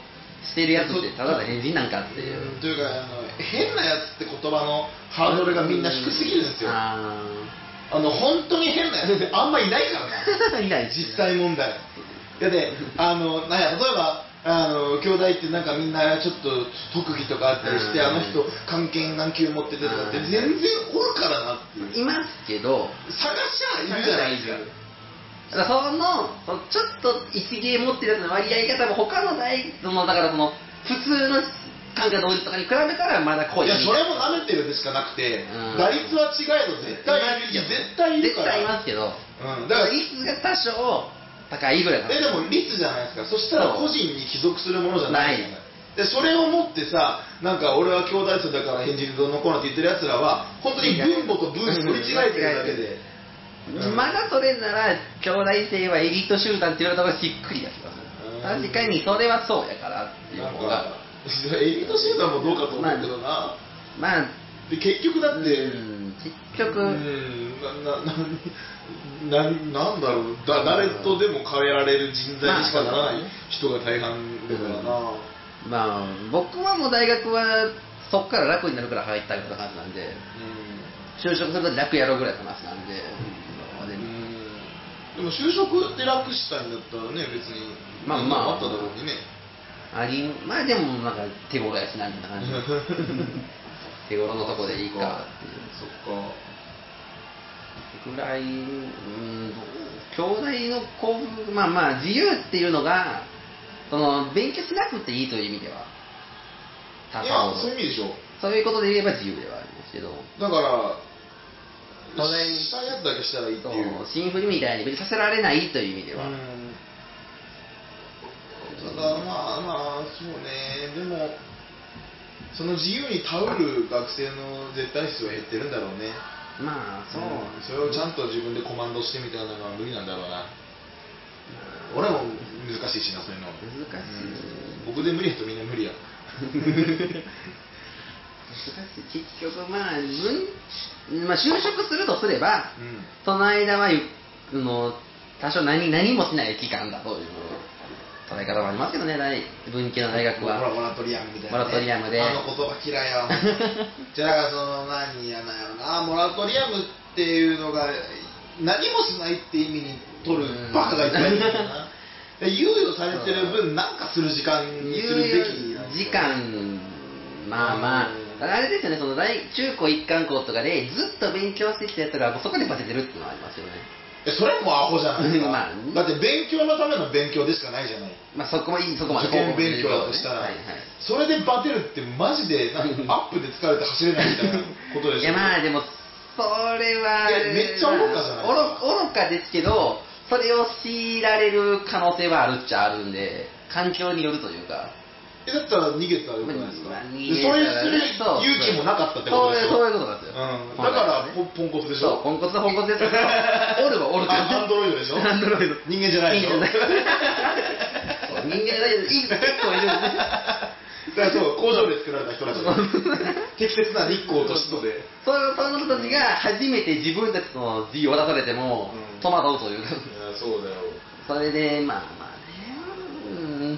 してるやつってただの変人なんかっていう。 というか変なやつって言葉のハードルがみんな低すぎるんですよ。本当に変なやつってあんまいないからな。 いない実際問題。で例えば兄弟ってなんかみんなちょっと特技とかあったりして、あの人関係眼球持っててとかって全然おるからなっていう。 いますけど探しゃいるじゃないですか。 だからちょっと一芸持ってるやつの割合が多分他のだからその普通の感覚同時とかに比べたらまだ濃い。 いやそれも舐めてるでしかなくて、打率は違えど絶対いるから。 絶対いますけど、だから率が多少高いぐらいでも率じゃないですか。そしたら個人に帰属するものじゃないですか。でそれをもってさ、なんか俺は兄弟数だから変人どうのこうのって言ってるやつらは本当に分母と分子取り違えてるだけで、 まだそれなら兄弟生はエリート集団って言われた方がしっくりがします。確かにそれはそうやからっていう方がエリート集団もどうかと思うけどな。 まあで結局だってなんだろう、誰とでも変えられる人材にしかならない人が大半だからな。 まあ僕はもう大学はそっから楽になるから入ったりとかなんで、就職すると楽やろうぐらいの話なんで。 でも就職って楽したいんだったらね、別にまああっただろうにね。 まあでもなんか手頃やしなみたいな感じ。手頃のとこでいいかっていう。 そっか。 ぐらい、兄弟の幸福、まあ自由っていうのが勉強しなくていいという意味では、 いやそういう意味でしょ。 そういうことで言えば自由ではありますけど、 だからしたいやつだけしたらいいっていう。 シンフリみたいに別にさせられないという意味では。 ただまあそうね。でもその自由に頼る学生の絶対数は減ってるんだろうね。 まあそう、 それをちゃんと自分でコマンドしてみたいなのは無理なんだろうな。俺も難しいしな、そういうの。 難しい、 僕で無理やとみんな無理や。 難しい。結局まあ就職するとすれば、その間は多少何もしない期間だという捉え方もありますけどね、文系の大学は。 モラトリアムみたいな、 モラトリアムで。 あの言葉嫌いやわ。じゃあ何やなんやろな、モラトリアムっていうのが何もしないって意味に取るバカがいっぱいいるんだよな。猶予されてる分なんかする時間にするべき時間、まああれですよね、中高一貫校とかでずっと勉強してきたやつがそこでバテてるっていうのはありますよね。 それもアホじゃないですか。だって勉強のための勉強でしかないじゃない。 まあそこまで受験勉強だとしたら、それでバテるってマジでアップで疲れて走れないみたいなことでしょ。 いやまあでもそれはめっちゃ愚かじゃないですか。 愚かですけど、それを強いられる可能性はあるっちゃあるんで、環境によるというか。 だったら逃げてたらよくないですか。それする勇気もなかったってことでしょ。 そういうことなんですよ。 だからポンコツでしょ。 ポンコツですよ。おるはおるから。 アンドロイドでしょ。 アンドロイド。 人間じゃないでしょ。 人間じゃないです。結構いるんですね。 だからそう工場で作られた人たち。適切な日光と湿度で。 その人たちが初めて自分たちの自由を渡されても戸惑うというか。 いやそうだよ。 それでまあね。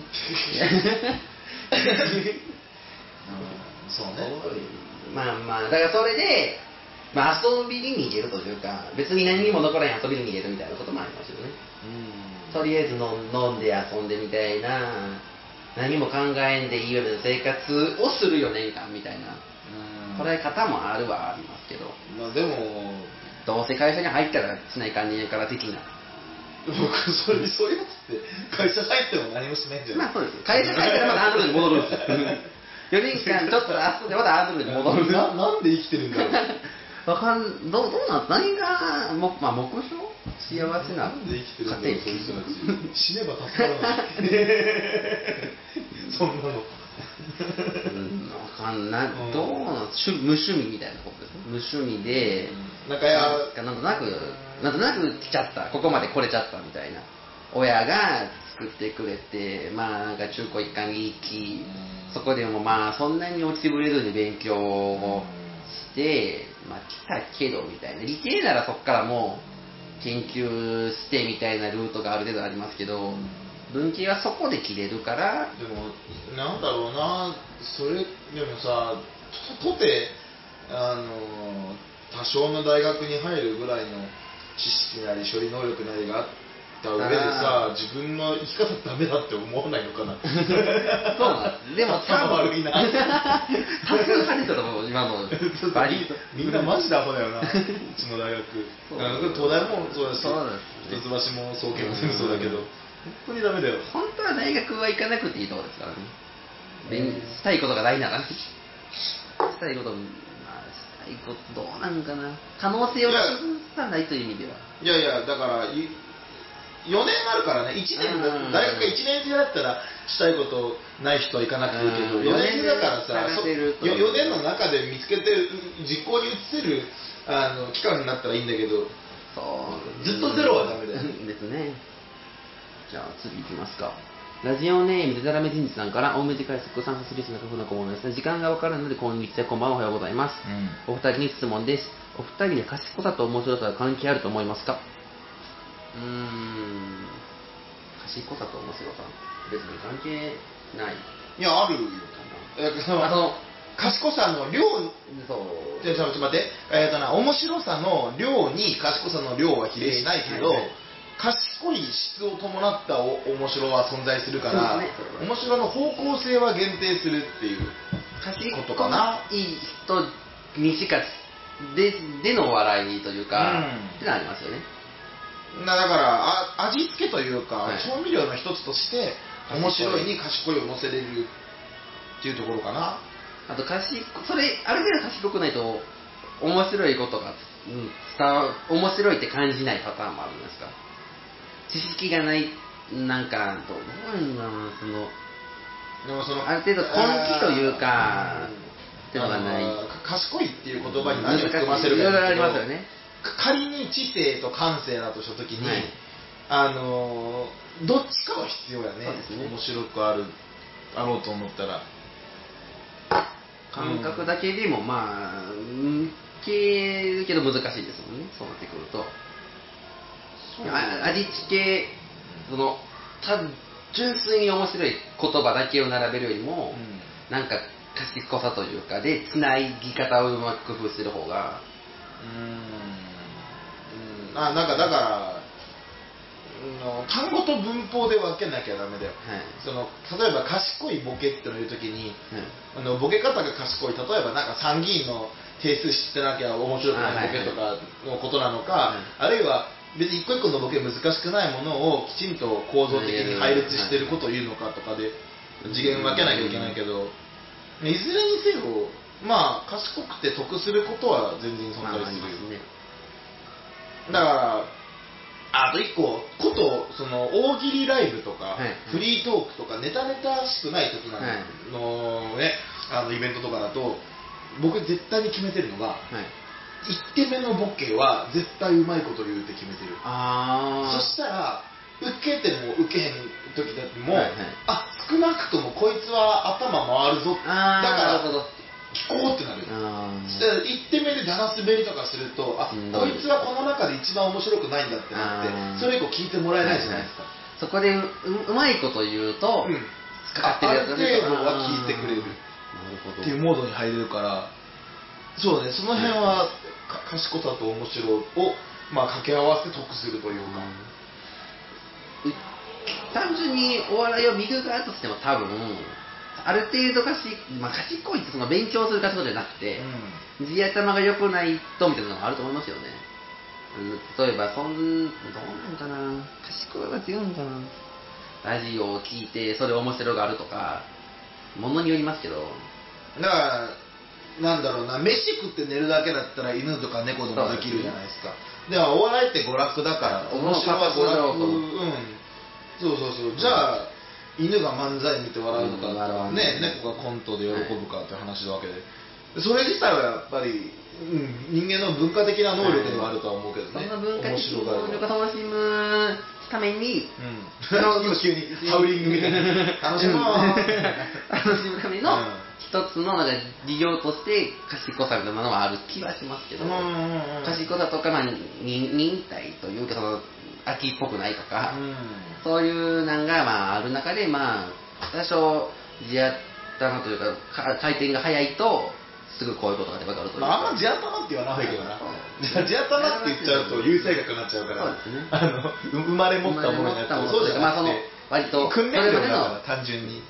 そうね。 まあだからそれで、遊びに逃げるというか、別に何にも残らない遊びに逃げるみたいなこともありますよね。とりあえず飲んで遊んでみたいな、何も考えんでいいような生活をする4年間みたいな捉え方もありますけど、 まあでもどうせ会社に入ったらしないかんねえから的な。 僕そういうやつって会社入っても何もしないんじゃない。 まあそうです。会社入ったらまたアンドロイドに戻るんですよ。4年間ちょっと遊んでまたアンドロイドに戻る。 なんで生きてるんだろう。 どうなん何が目標幸せななんで生きてるんだろう、そういう人たち。死ねば助からない。そんなの。 わかんない。どうなん無趣味みたいなことですね。無趣味で、なんとなく来ちゃった。ここまで来れちゃったみたいな。親が作ってくれて、なんか中高一貫に行き、そこでもそんなに落ちぶれずに勉強をして、来たけどみたいな。理系ならそこからもう研究してみたいなルートがある程度ありますけど、 文系はそこで切れるから。 でもなんだろうな、それでもさ、とて多少の大学に入るぐらいの知識なり処理能力なりがあった上でさ、自分の生き方ダメだって思わないのかな。 そうなんでも頭悪いな。 多数派ですよ、今のバリみんなマジでアホだよな、うちの大学。東大もそうだし、一橋も総研も全部そうだけど、本当にダメだよ。 本当は大学は行かなくていいところですからね。したいことがないならね。したいこと、まあ、したいことどうなんかな。可能性をなくさないという意味では。 いやいや、だから4年あるからね、大学が1年生だったらしたいことない人は行かなくていいけど、4年生だからさ、4年の中で見つけて実行に移せる期間になったらいいんだけど、ずっとゼロはダメだよですね。じゃあ次行きますか。ラジオネームデタラメ人事さんから、大文字解説参加する人の工夫の小物ですね。時間がわからないので、こんにちは、こんばんは、おはようございます。お二人に質問です。お二人で賢さと面白さが関係あると思いますか？賢さと面白さ別に関係ない。 いや、あるよ。賢さの量、ちょっと待って、面白さの量に賢さの量は比例しないけど、賢い質を伴った面白は存在するから、面白の方向性は限定するっていうことかな。 いい人にしかでの笑いというか、ってのありますよね。 だから味付けというか、調味料の一つとして面白いに賢いを乗せれるっていうところかな。 あとそれある程度賢くないと面白いことが、面白いって感じないパターンもあるんですか？知識がない、なんかどうなんだろうな、でもある程度根気というかってのがない。 賢いっていう言葉に何を含ませるかいろいろありますよね。 仮に知性と感性だとしたときに、どっちかは必要やね。面白くあろうと思ったら。 感覚だけでもまあ消えるけど難しいですもんね、そうなってくると。味付け、純粋に面白い言葉だけを並べるよりも、なんか賢さというかでつなぎ方をうまく工夫する方が。 なんかだから単語と文法で分けなきゃダメだよ。例えば賢いボケってのを言うときに、ボケ方が賢い、例えばなんか参議院の定数知ってなきゃ面白くないボケとかのことなのか、あるいは別に一個一個のボケ難しくないものをきちんと構造的に配列してることを言うのかとかで次元分けなきゃいけないけど、いずれにせよまあ賢くて得することは全然存在するよ。だからあと一個こと大喜利ライブとか、フリートークとかネタしくない時のね、イベントとかだと僕絶対に決めてるのが、1手目のボケは絶対うまいこと言うって決めてる。そしたら受けても受けへん時でも、少なくともこいつは頭回るぞ、だから聞こうってなる。そしたら1手目でだら滑りとかすると、こいつはこの中で一番面白くないんだってなって、それ以降聞いてもらえないじゃないですか。 そこで うまいこと言うと、 ある程度は聞いてくれるっていうモードに入れるから、そうね、その辺は賢さと面白を掛け合わせて得するというか。 単純にお笑いを見る側としても多分ある程度賢いって勉強する賢いじゃなくて、地頭が良くないとみたいなのがあると思いますよね。例えばどうなんかな、賢いが強いのかな、ラジオを聞いてそれ面白があるとかものによりますけど、 だからなんだろうな、飯食って寝るだけだったら犬とか猫でもできるじゃないですか。でもお笑いって娯楽だから、面白は娯楽、そうじゃあ犬が漫才見て笑うとか、猫がコントで喜ぶかって話なわけで、それ自体はやっぱり、人間の文化的な能力ではあるとは思うけどね。 その文化的な能力を楽しむために、 今急にハウリングみたいな楽しむための一つの事業として賢さみたいなのはある気はしますけど、賢さとか忍耐というか秋っぽくないとか、 うん、 そういうなんがまあある中で、まあ多少地頭というか回転が速いとすぐこういうことが分かるというか、 まあ、あんま地頭って言わないけどな。地頭って言っちゃうと優勢学になっちゃうから、 そうですね、 生まれ持ったものになっちゃう。そうじゃなくて、 割と訓練量だから単純に。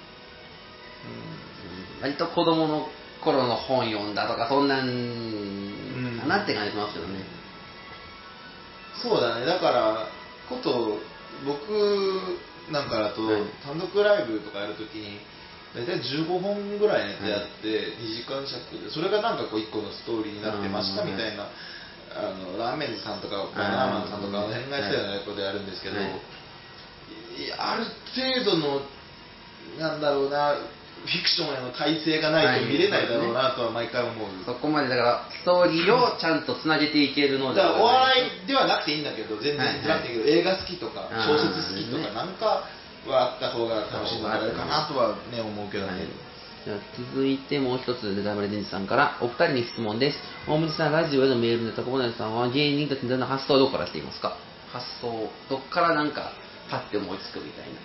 割と子供の頃の本読んだとかそんなんかなって感じしますけどね。 そうだね、だからこと僕なんかだと単独ライブとかやるときに大体15本ぐらいネタやって2時間尺で、それがなんかこう1個のストーリーになってましたみたいな、ラーメンズさんとかバナナマンさんとか変がしたような役でやるんですけど、ある程度のなんだろうな、フィクションへの耐性がないと見れないだろうなとは毎回思う。 そこまでだからストーリーをちゃんとつなげていけるので、 だからお笑いではなくていいんだけど、全然じゃなくていいけど、映画好きとか小説好きとかなんかはあった方が楽しいんじゃないかなとはね思うけどね。 じゃあ続いてもう一つ、ネタバレデンジさんからお二人に質問です。大森さん、ラジオへのメールで高森さんは芸人たちの発想はどこからしていますか？発想どっからなんかパッて思いつくみたいな。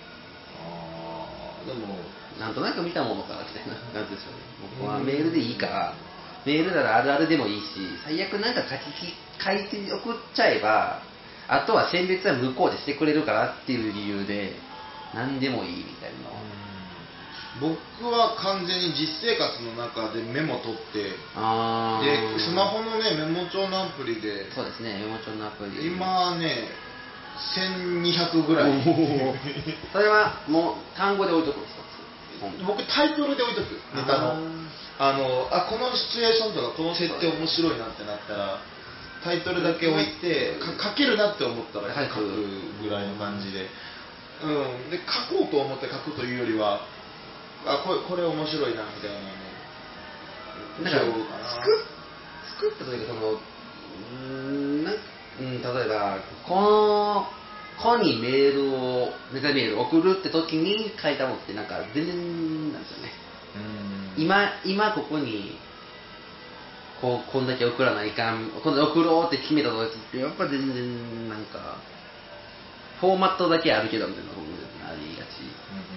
でもなんとなく見たものからみたいな感じですよね。僕はメールでいいから、メールならあるあるでもいいし、最悪なんか書いて送っちゃえば、あとは選別は向こうでしてくれるからっていう理由で、何でもいいみたいな。 僕は完全に実生活の中でメモ取って、でスマホのねメモ帳のアプリで、 そうですね、メモ帳のアプリ今ね1200ぐらいそれはもう単語で置いとくんですか？ 僕タイトルで置いとく、ネタのこのシチュエーションとかこの設定面白いなってなったらタイトルだけ置いて書けるなって思ったら書くぐらいの感じで、で書こうと思って書くというよりはこれ面白いなみたいなのをなんか作ったというか例えばこにメールをネタメールを送るって時に書いたものってなんか全然なんですよね。今ここにこんだけ送らないかん、こんだけ送ろうって決めた時ってやっぱ全然なんかフォーマットだけあるけどみたいなことになりがち。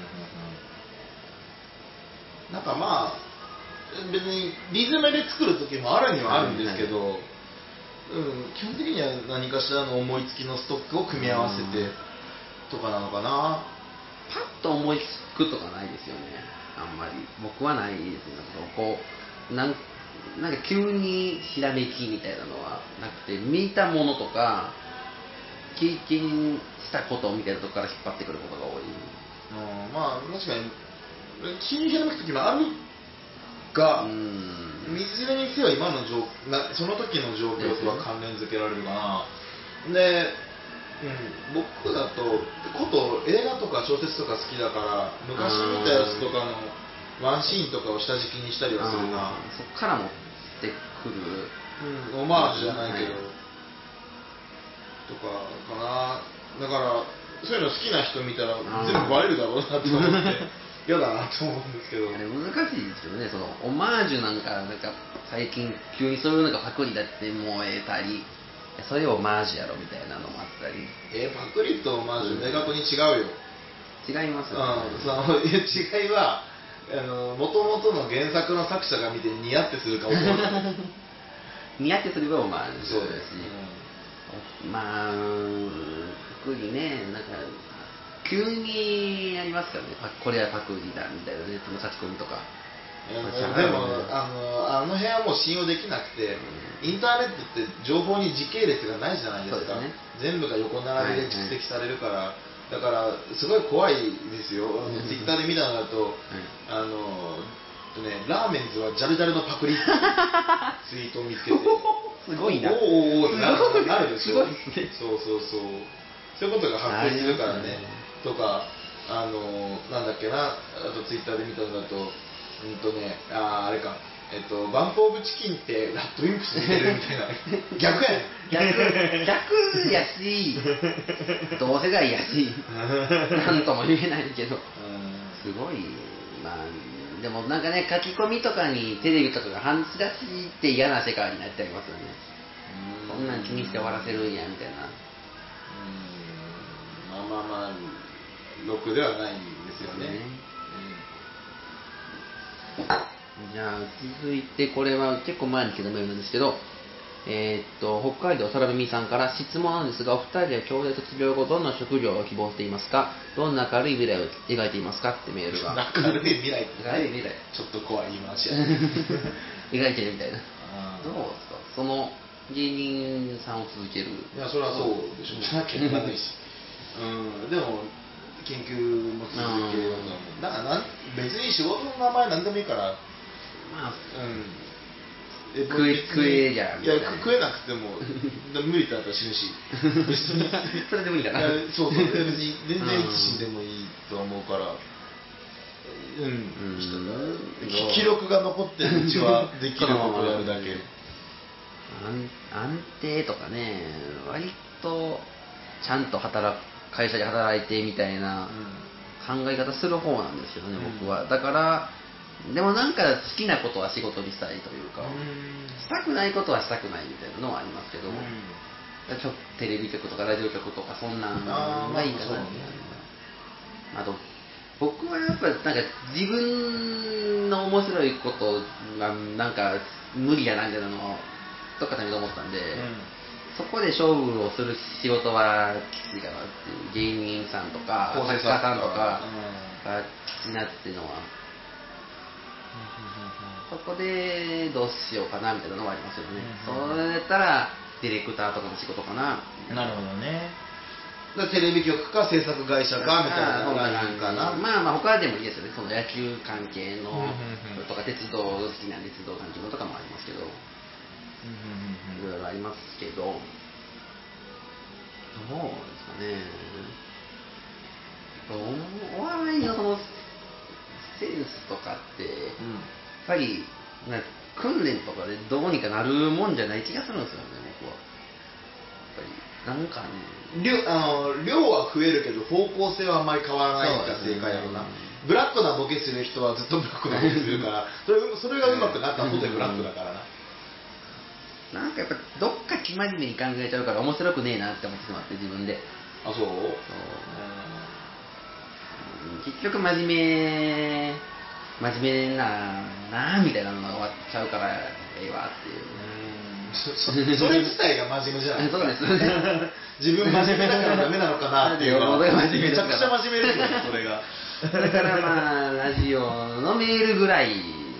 なんかまあ別にリズムで作る時もあるにはあるんですけど、基本的には何かしらの思いつきのストックを組み合わせてとかなのかな。 パッと思いつくとかないですよね、あんまり。僕はないですね。なんか急にひらめきみたいなのはなくて、見たものとか経験したことみたいなところから引っ張ってくることが多い。 まあ確かに急にひらめく時もあるが、いずれにせよ今のその時の状況とは関連づけられるかな。で、僕だと映画とか小説とか好きだから昔見たやつとかのワンシーンとかを下敷きにしたりはするな。 そっから持ってくる、 オマージュじゃないけど、とかかな。だからそういうの好きな人見たら全部バレるだろうなと思って嫌だなと思うんですけど。 あれ難しいですよね。そのオマージュなんか最近急にそういうのがパクリだって燃えたり、それをオマージュやろみたいなのもあったり。 パクリとオマージュ明確に違うよ。 違いますよね。 その違いはもともとの原作の作者が見てニヤってするか思うニヤってすればオマージュそうだし、まあパクリね、なんか急にありますからね、これはパクリだみたいなネットの書き込みとか。 でもあの辺はもう信用できなくて、インターネットって情報に時系列がないじゃないですか。全部が横並びで蓄積されるから、だからすごい怖いですよ。ツイッターで見たのだと、ラーメンズはジャルジャルのパクリツイートを見つけてすごいな、 おってなるでしょ。 すごいですね。 そういうことが発生するからね。とかなんだっけな、あとツイッターで見たのだとあれか、バンプオブチキンってラッドウィンプスに似てるみたいな逆やし同世代やしなんとも言えないけど、すごい。まあでもなんかね、書き込みとかにテレビとかが反しがちって嫌な世界になっちゃいますよね。そんなん気にして終わらせるんやみたいな。 まあまあろくではないんですよね。 じゃあ続いて、これは結構前に来たメールなんですけど、北海道サラベミさんから質問なんですが、お二人は兄弟卒業後どんな職業を希望していますか、どんな明るい未来を描いていますかってメールが。 明るい未来って、 明るい未来ちょっと怖い言い回しや描いてるみたいな。どうですか、その芸人さんを続ける。 いや、それはそうでしょう。結果ないし。でも研究も続けようと思う。だから別に仕事の名前なんでもいいから、 まあ、食えじゃん。 いや、食えなくても無理ってなったら死ぬし、別にそれでもいいかな。 そうそう、別に全然いつ死んでもいいと思うから、記録が残ってるうちはできることをやるだけ。 安定とかね、割とちゃんと会社で働いてみたいな考え方する方なんですよね、僕は。だからでもなんか好きなことは仕事にしたいというか、したくないことはしたくないみたいなのはありますけども、テレビ局とかラジオ局とかそんなんがいいかなって。あと僕はやっぱなんか自分の面白いことがなんか無理やなみたいなのをどっかで思ったんで、そこで勝負をする仕事はきついかなっていう、芸人さんとか作家さんとかがきついなっていうのは、そこでどうしようかなみたいなのはありますよね。それだったらディレクターとかの仕事かな。 なるほどね。テレビ局か制作会社かみたいなラインかな。 まあまあ他でもいいですよね。その野球関係のとか鉄道好きな鉄道関係のとかもありますけど、いろいろありますけど、どうですかね。お笑いのそのセンスとかって、やっぱり訓練とかでどうにかなるもんじゃない気がするんですよね、僕は。やっぱりなんかね、 量は増えるけど方向性はあんまり変わらないのが正解やろうな。ブラックなボケする人はずっとブラックなボケするからそれがうまくなったことでブラックだからな。 なんかやっぱどっか生真面目に考えちゃうから面白くねえなって思ってしまって、自分で。 あ、そう結局真面目なみたいなのが終わっちゃうからええわっていう。 それ自体が真面目じゃないですか。 そうです自分真面目だからダメなのかなっていうのはめちゃくちゃ真面目ですよね、それが。 だからまあラジオのメールぐらい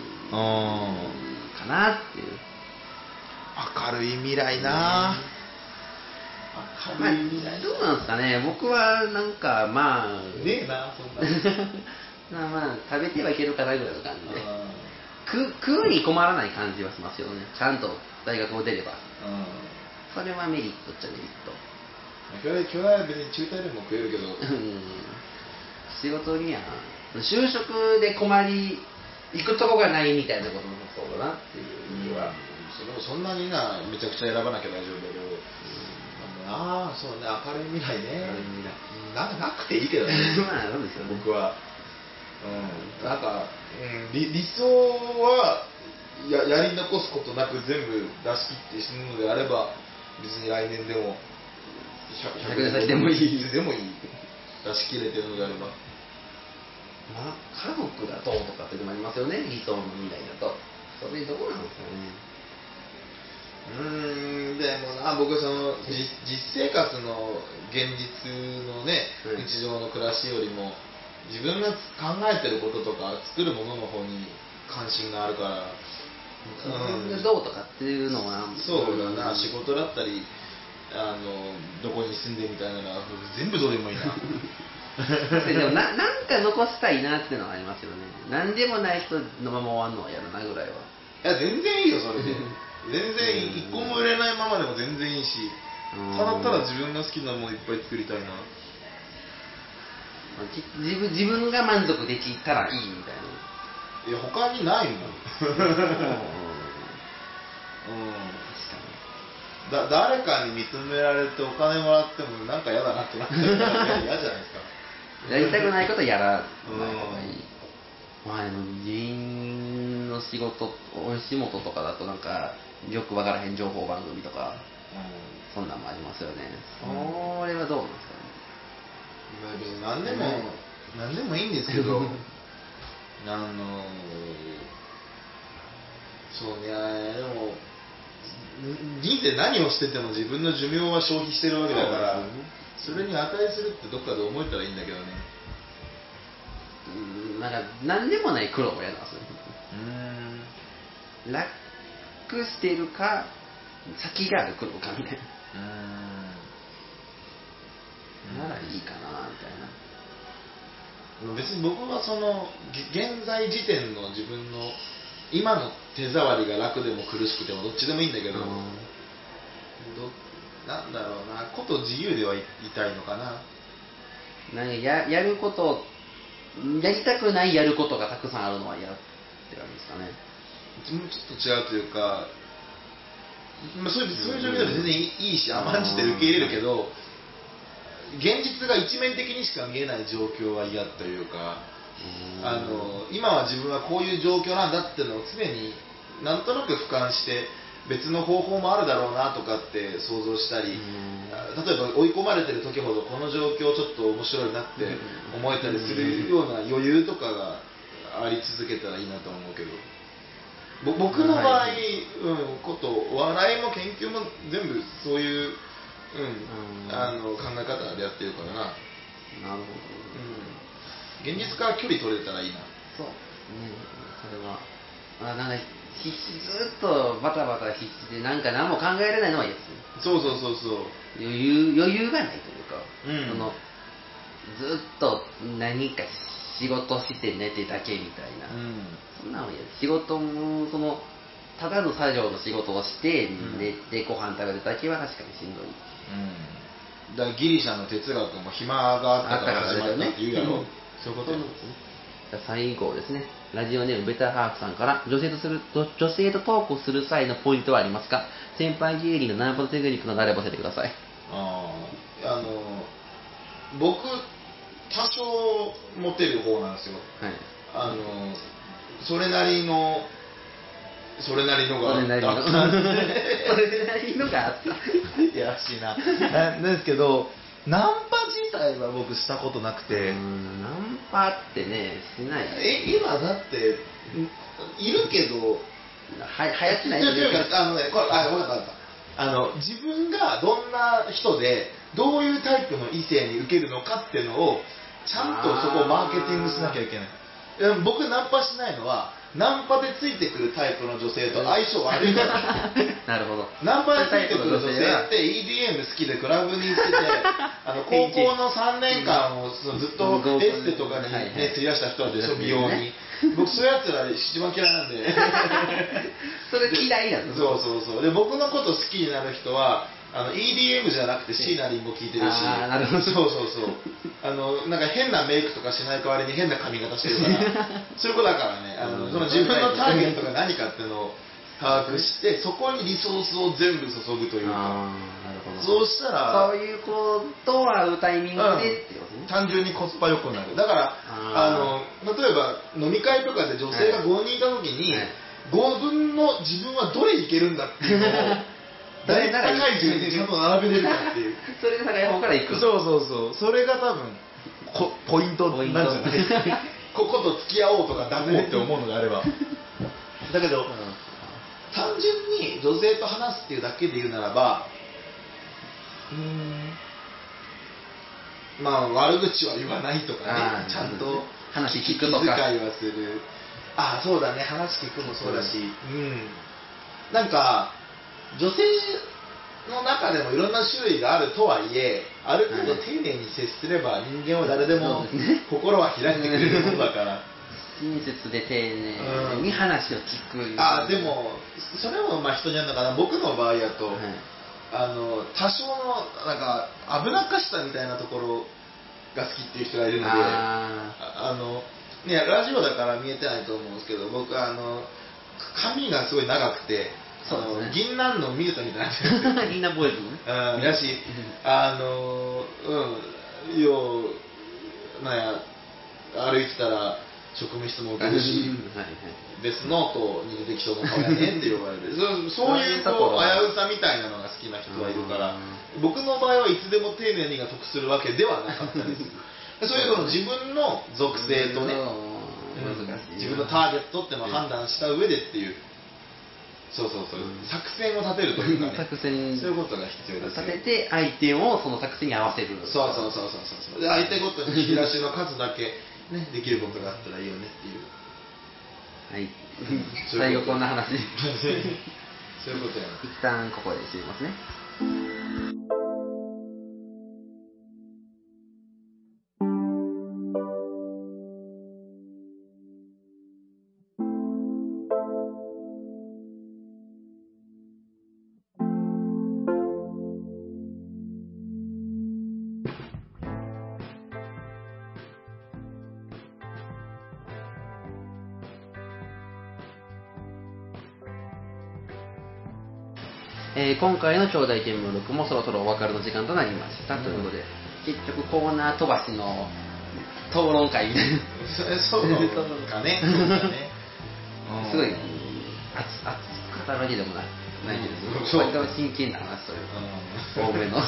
かなっていう。 明るい未来な。 まあ、どうなんですかね。僕はなんかまあねえな、そんなまあ食べてはいけるかなぐらいの感じで、食うに困らない感じはしますよね。ちゃんと大学を出れば、それはメリットっちゃメリット。 今日は別に中大でも食えるけど仕事には就職で困り行くとこがないみたいなこともそうだなっていう意味は、 そんなになめちゃくちゃ選ばなきゃ大丈夫だけど、ああそうね、明るい未来ね。なくていいけどね。 まあそうですよね、 僕は。なんか、理想はやり残すことなく全部出し切って死ぬのであれば、別に来年でも 100年先でもいい出し切れてるのであれば、 まあ家族がどうとかっていうのもありますよね、理想の未来だと。それどうなんですかね。 でもな、僕はその実生活の現実のね、日常の暮らしよりも自分が考えてることとか作るものの方に関心があるから、 どうとかっていうのはそうだな、仕事だったりどこに住んでみたいなのは全部どれもいいな。 でもなんか残したいなっていうのはありますよね。何でもない人のまま終わるのは嫌だなぐらいは。 いや全然いいよそれで。全然一個も売れないままでも全然いいし、ただただ自分が好きなものいっぱい作りたいな。 自分が満足できたらいいみたいな。 いや他にないもん。誰かに認められてお金もらってもなんか嫌だなってなっちゃうから嫌じゃないですか。 やりたくないことやらない方がいい。まあでも芸人の仕事、お仕事とかだとなんかよくわからへん情報番組とか、そんなんもありますよね。それはどうなんですかね。 何でも、何でもいいんですけどそうね、でも人生何をしてても自分の寿命は消費してるわけだから、それに値するってどっかで思えたらいいんだけどね。 なんか何でもない苦労をやるんですよ。楽してるか先がある苦労かみたいな。ならいいかなみたいな。 別に僕はその現在時点の自分の今の手触りが楽でも苦しくてもどっちでもいいんだけど、なんだろうな、こと自由ではいたいのかな。 なんかやること、やりたくないやることがたくさんあるのは嫌って感じですかね。 ちょっと違うというか、そういう状況でも全然いいし、甘んじて受け入れるけど、現実が一面的にしか見えない状況は嫌というか、今は自分はこういう状況なんだっていうのを常になんとなく俯瞰して別の方法もあるだろうなとかって想像したり、例えば追い込まれてる時ほどこの状況ちょっと面白いなって思えたりするような余裕とかがあり続けたらいいなと思うけど、僕の場合、笑いも研究も全部そういう、考え方でやってるからな。 なるほど。 現実から距離取れたらいいな。 そう。それは。なんかずっとバタバタ必死でなんか何も考えられないのは嫌ですね。 そう。 余裕がないというか、そのずっと何か仕事して寝てだけみたいな、そんなの嫌です。仕事もただの作業の仕事をして寝てご飯食べるだけは確かにしんどい。 だからギリシャの哲学も暇があったから始まったって言うやろ。そういうことや。 じゃあ最後ですね。ラジオネームベターハーフさんから、女性とトークをする際のポイントはありますか？先輩芸人のナンパのテクニックなどあれば教えてください。 僕多少モテる方なんですよ。 はい。 それなりのがあった。 それなりのがあった。 いやらしいな。なんですけど、ナンパ自体は僕したことなくて。 ナンパってね、しない。 今だっているけど、 流行ってないというか、これ分かった。自分がどんな人でどういうタイプの異性に受けるのかっていうのをちゃんとそこをマーケティングしなきゃいけない。僕ナンパしないのはナンパでついてくるタイプの女性と相性悪いからなるほど。 ナンパでついてくる女性って EDM 好きでクラブに行ってて高校の3年間をずっとエステとかにね費やした人でしょ、美容に。僕そういうやつら一番嫌いなんでそれ嫌いなんです。 そうで、僕のこと好きになる人はEDM じゃなくて椎名林檎聴いてるし、 なるほど。 そうなんか変なメイクとかしない代わりに変な髪型してるからそういうことだからね、その自分のターゲットが何かっていうのを把握してそこにリソースを全部注ぐというか、 なるほど。 そうしたらそういう子と会うタイミングでってことね。 単純にコスパ良くなる。だから例えば飲み会とかで女性が5人いた時に、5分の自分はどれいけるんだっていうのを誰高い順にちゃんと並べれるかっていうそれで高い方から行く。 そうそれが多分ポイントなんじゃないここと付き合おうとか抱こうって思うのであればだけど、単純に女性と話すっていうだけで言うならば悪口は言わないとかね、ちゃんと話聞くとか気遣いはする。そうだね、話聞くもそうだし、なんか女性の中でもいろんな種類があるとはいえ、ある程度丁寧に接すれば人間は誰でも心は開いてくれるものだから親切で丁寧に話を聞く。 でもそれも人にあるのかな。僕の場合だと、多少のなんか危なっかしさみたいなところが好きっていう人がいるので、ラジオだから見えてないと思うんですけど、僕髪がすごい長くて、銀杏のミルトみたいな銀杏ボーイズね。 だし、歩いてたら職務質問を受けるし、 はいはい、 デスノートに出てきそうな顔やねんって呼ばれてそういうこう危うさみたいなのが好きな人はいるから、僕の場合はいつでも丁寧にが得するわけではなかったりするそういうその自分の属性とね、自分のターゲットっていうのを判断した上でっていう、そう作戦を立てるというかね、そういうことが必要ですよ。 立てて相手をその作戦に合わせる。 そうで相手ごとに引き出しの数だけねできることがあったらいいよねっていう。 はい。最後こんな話。 そういうことや。 一旦ここで締めますね。今回の兄弟見聞録もそろそろお別れの時間となりました、ということで結局コーナー飛ばしの討論会みたいなそうかねすごい熱く語るわけでもないけど割と真剣な話というか多めの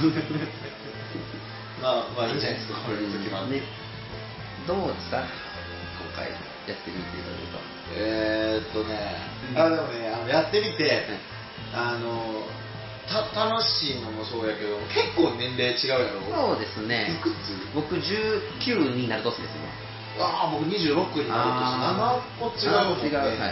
まあいいんじゃないですかこういう時はね。 どうですか今回やってみてというかでもねやってみて楽しいのもそうやけど結構年齢違うやろ。 そうですね。 いくつ？ 僕19になる年ですよ。 ああ僕26になる年。7個違うもんね。 はい。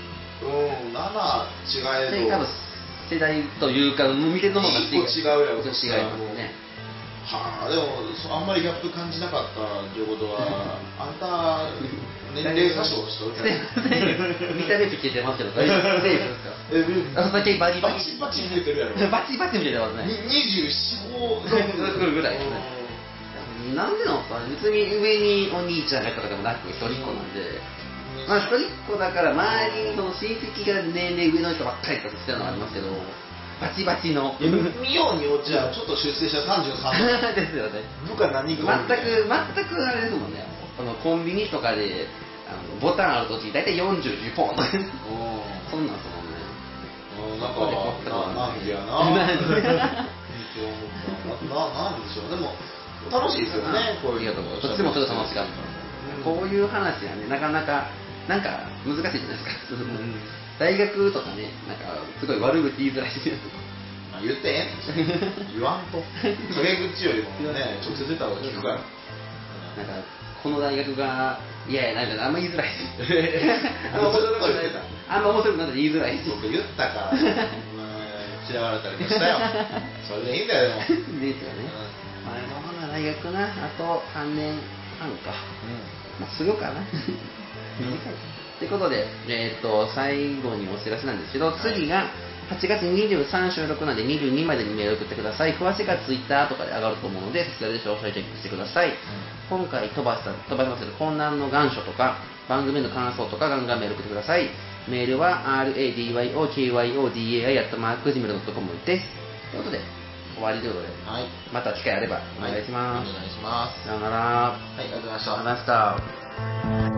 7違えど。 多分世代というか見てるのも 1個違うやろ。 違いますね。 はあでもあんまりギャップ感じなかったということはあんた年齢詐称しとるから見た目ピケてますけど大丈夫ですか？バチバチ見てるやろ。 バチバチ見てますね。 24、5 ぐらいですね。なんでなんですか？別に上にお兄ちゃんがいたとかでもなく一人っ子なんで、まあ一人っ子だから周りにその親戚が年齢上の人ばっかりとかしてたのはありますけど、バチバチの見ようによっちゃちょっと出世した33 ですよね。 部下何か全くあれですもんね。コンビニとかでボタンあるとき大体40ポンとかそんなんですもんね。 なんでやななんでしょう。でも楽しいですよね。こういうとってもちょっと楽しかった。こういう話はねなかなかなんか難しいじゃないですか。大学とかねなんかすごい悪口言いづらいし。 言ってええん言わんと陰口よりもね直接出た方が聞くから。 なんかこの大学が嫌やなみたいなあんま言いづらいし。あんま面白くない言いづらいし。 僕言ったから嫌われたりもしたよ。それでいいんだよでも。 ですよね。まあ大学なあと3年半か。まあすぐかな。ということで最後にお知らせなんですけど、次が8月23収録なんで22までにメール送ってください。詳しくは Twitter とかで上がると思うのでそちらで詳細チェックしてください。今回飛ばしますけど混乱の願書とか番組の感想とかガンガンメール送ってください。メールは radyokyodai@gmail.com です。ということで終わりということで、また機会あればお願いします。 お願いします。 さよなら。 はい、ありがとうございました。